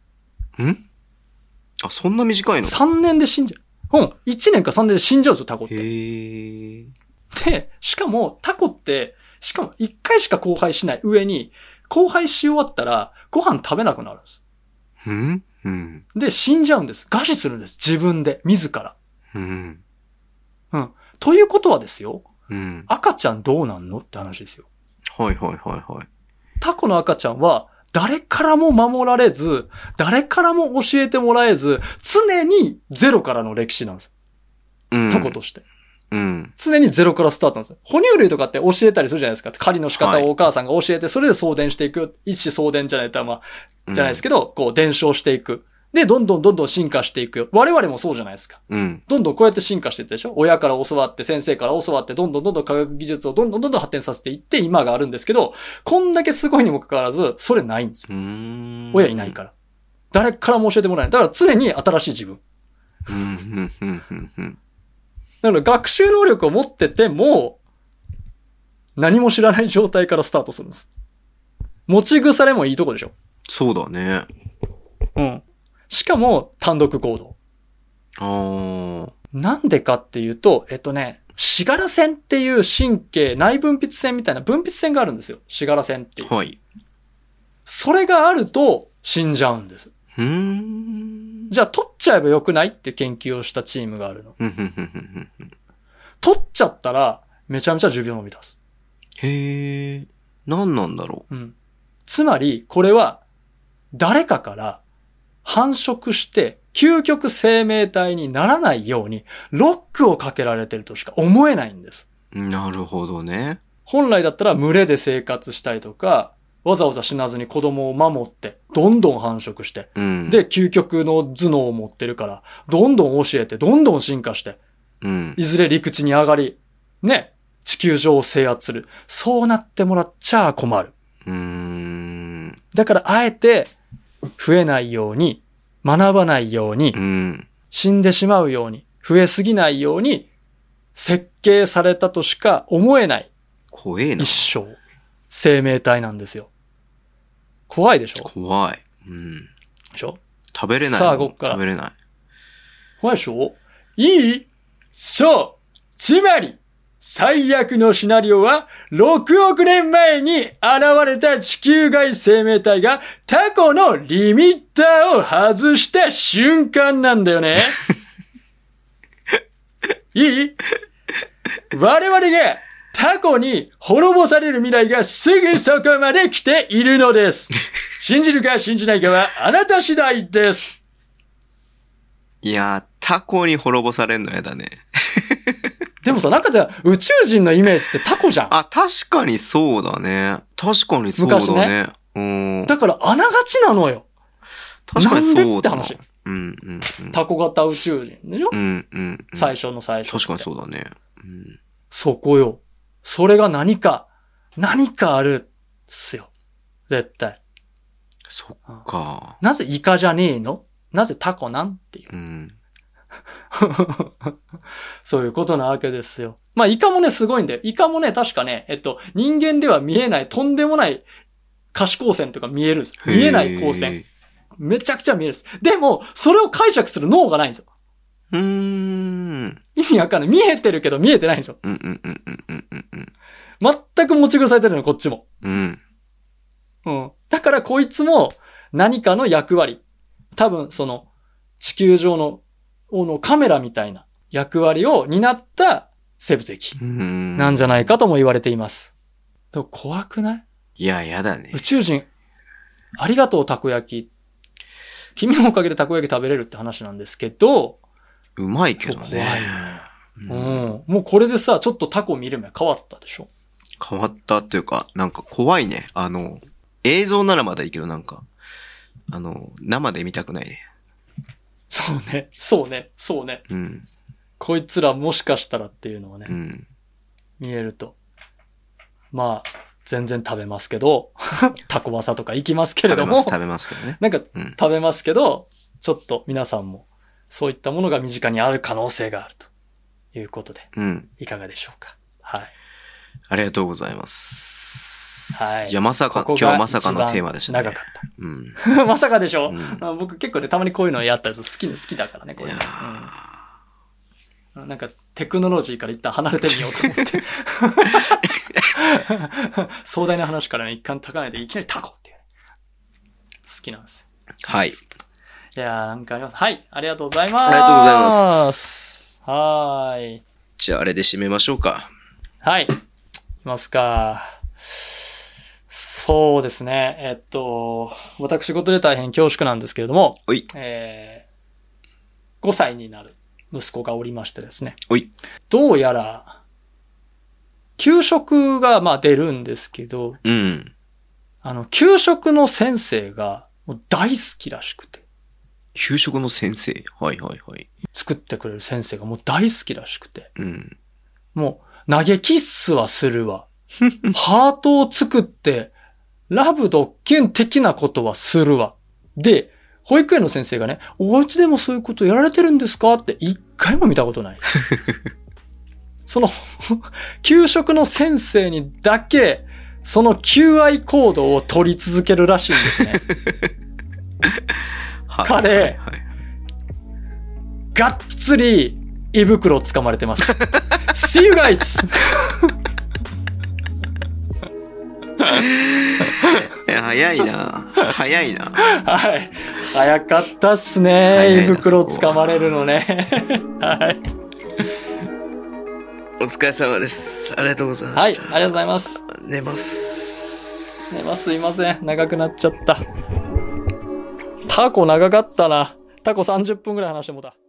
あ、そんな短いの ? さん 年で死んじゃう。うん。いちねんかさんねんで死んじゃうんですよ、タコって。 へー。 で、しかも、タコって、しかもいっかいしか交配しない上に、交配し終わったら、ご飯食べなくなるんです。 んうん。 で、死んじゃうんです。餓死するんです。自分で、自ら。 うん。 うん。ということはですよ。 うん。 赤ちゃんどうなんのって話ですよ。 はいはいはいはい。 タコの赤ちゃんは、誰からも守られず、誰からも教えてもらえず、常にゼロからの歴史なんです。 うん。 タコとして。 うん。 常にゼロからスタートなんですよ。哺乳類とかって教えたりするじゃないですか。狩りの仕方をお母さんが教えて、それで送電していく。一子相伝じゃないと、まあ、じゃないですけど、こう伝承していく。で、どんどんどんどん進化していくよ。我々もそうじゃないですか。 うん。 どんどんこうやって進化していってでしょ。親から教わって、先生から教わって、どんどんどんどん科学技術をどんどんどんどん発展させていって、今があるんですけど、こんだけすごいにもかかわらず、それないんですよ。 うーん。 親いないから。誰からも教えてもらえない。だから常に新しい自分。 うん、うん、うん、うん、うん。 だから学習能力を持ってても、何も知らない状態からスタートするんです。持ち腐れもいいとこでしょ。 そうだね。 うん。しかも、単独行動。 あー。 なんでかっていうと、えっとね、シガラ線っていう神経、内分泌線みたいな分泌線があるんですよ。シガラ線っていう。 はい。 それがあると死んじゃうんです。 うーん。 じゃあ取っちゃえばよくないって研究をしたチームがあるの。 ふんふんふんふんふん。 取っちゃったら、めちゃめちゃ寿命を満たす。 へえ。何なんだろう。うん。つまり、これは、誰かから繁殖して、究極生命体にならないように、ロックをかけられてるとしか思えないんです。 なるほどね。 本来だったら群れで生活したりとか、わざわざ死なずに子供を守って、どんどん繁殖して、 うん、 で、究極の頭脳を持ってるから、どんどん教えて、どんどん進化して、 うん、 いずれ陸地に上がり、ね、地球上を制圧する。そうなってもらっちゃ困る。 うーん。 だから、あえて、増えないように、学ばないように、 うん、 死んでしまうように、増えすぎないように、設計されたとしか思えない。 怖えな。 一生。生命体なんですよ。怖いでしょ？ 怖い。うん。 でしょ？ 食べれない。 さあ、こっから。 食べれない。 怖いでしょ？いい？そう。つまり、最悪のシナリオは、ろくおくねんまえに現れた地球外生命体がタコのリミッターを外した瞬間なんだよね。いい？我々がタコに滅ぼされる未来がすぐそこまで来ているのです。信じるか信じないかはあなた次第です。 いやー、タコに滅ぼされんのやだね。 でもさ、なんかじゃ宇宙人のイメージってタコじゃん。 あ、確かにそうだね。確かにそうだね。昔ね。うん。 だからあながちなのよ。 確かにそうだな。 なんでって話。 うんうんうん。 タコ型宇宙人でしょ、 うんうんうん。 最初の最初。 確かにそうだね。うん、 そこよ。それが何か、何かあるっすよ。絶対。 そっか。 なぜイカじゃねえの？なぜタコなんっていう。 うん、 そういうことなわけですよ。まあ、イカもね、すごいんだよ。イカもね、確かね、えっと、人間では見えない、とんでもない可視光線とか見えるんです。見えない光線。めちゃくちゃ見えるんです。でも、それを解釈する脳がないんですよ。 うーん。 意味わかんない。見えてるけど見えてないんですよ。 うんうんうんうんうんうんうん。 全く持ち腐れてるのよ、こっちも。 うん。 うん。だからこいつも何かの役割。多分その地球上の、のカメラみたいな役割を担った生物兵器なんじゃないかとも言われています。でも怖くない？ いや、やだね。 宇宙人、ありがとうたこ焼き。君のおかげでたこ焼き食べれるって話なんですけど、 うまいけどね。 怖いね。うん。もうこれでさ、ちょっとタコ見る目変わったでしょ？ 変わったっていうか、なんか怖いね。あの、映像ならまだいいけどなんか、あの、生で見たくないね。 そうね、そうね、そうね。 うん。 こいつらもしかしたらっていうのはね、 うん、 見えると。まあ、全然食べますけど、タコワサとか行きますけれども。 食べます、食べますけどね。 なんか、うん、食べますけど、ちょっと皆さんも、そういったものが身近にある可能性があるということで、 うん。 いかがでしょうか。はい。 ありがとうございます。 はい。 いや、まさか、今日はまさかのテーマでしたね。 長かった。 うん。 まさかでしょ、 うん、 僕結構ね、たまにこういうのやったりする好き、好きだからね、こういうの。うん、なんか、テクノロジーから一旦離れてみようと思って。壮大な話からね、一貫高めていきなりタコっていう、ね。好きなんですよ。 はい。 いやー、なんかあります。はい、ありがとうございます。 ありがとうございます。 はーい。 じゃあ、あれで締めましょうか。 はい。いきますか。そうですね。えっと、私事で大変恐縮なんですけれども、 おい。 えー、ごさいになる息子がおりましてですね。 おい。 どうやら、給食がまあ出るんですけど、 うん。 あの、給食の先生がもう大好きらしくて。 給食の先生？はいはいはい。 作ってくれる先生がもう大好きらしくて。 うん。 もう、投げキッスはするわ。ハートを作って、ラブドッキュン的なことはするわ。で、保育園の先生がね、お家でもそういうことやられてるんですかって一回も見たことない。その、給食の先生にだけ、その求愛行動を取り続けるらしいんですね。彼、はいはいはい、がっつり胃袋を掴まれてます。See you guys! いや早いな。早いな。 はい。早かったっすね。胃袋を掴まれるのね。はい。 お疲れ様です。ありがとうございました。 はい、ありがとうございます。 寝ます。 寝ます、すいません。長くなっちゃった。タコ長かったな。タコさんじゅっぷんぐらい話してもうた。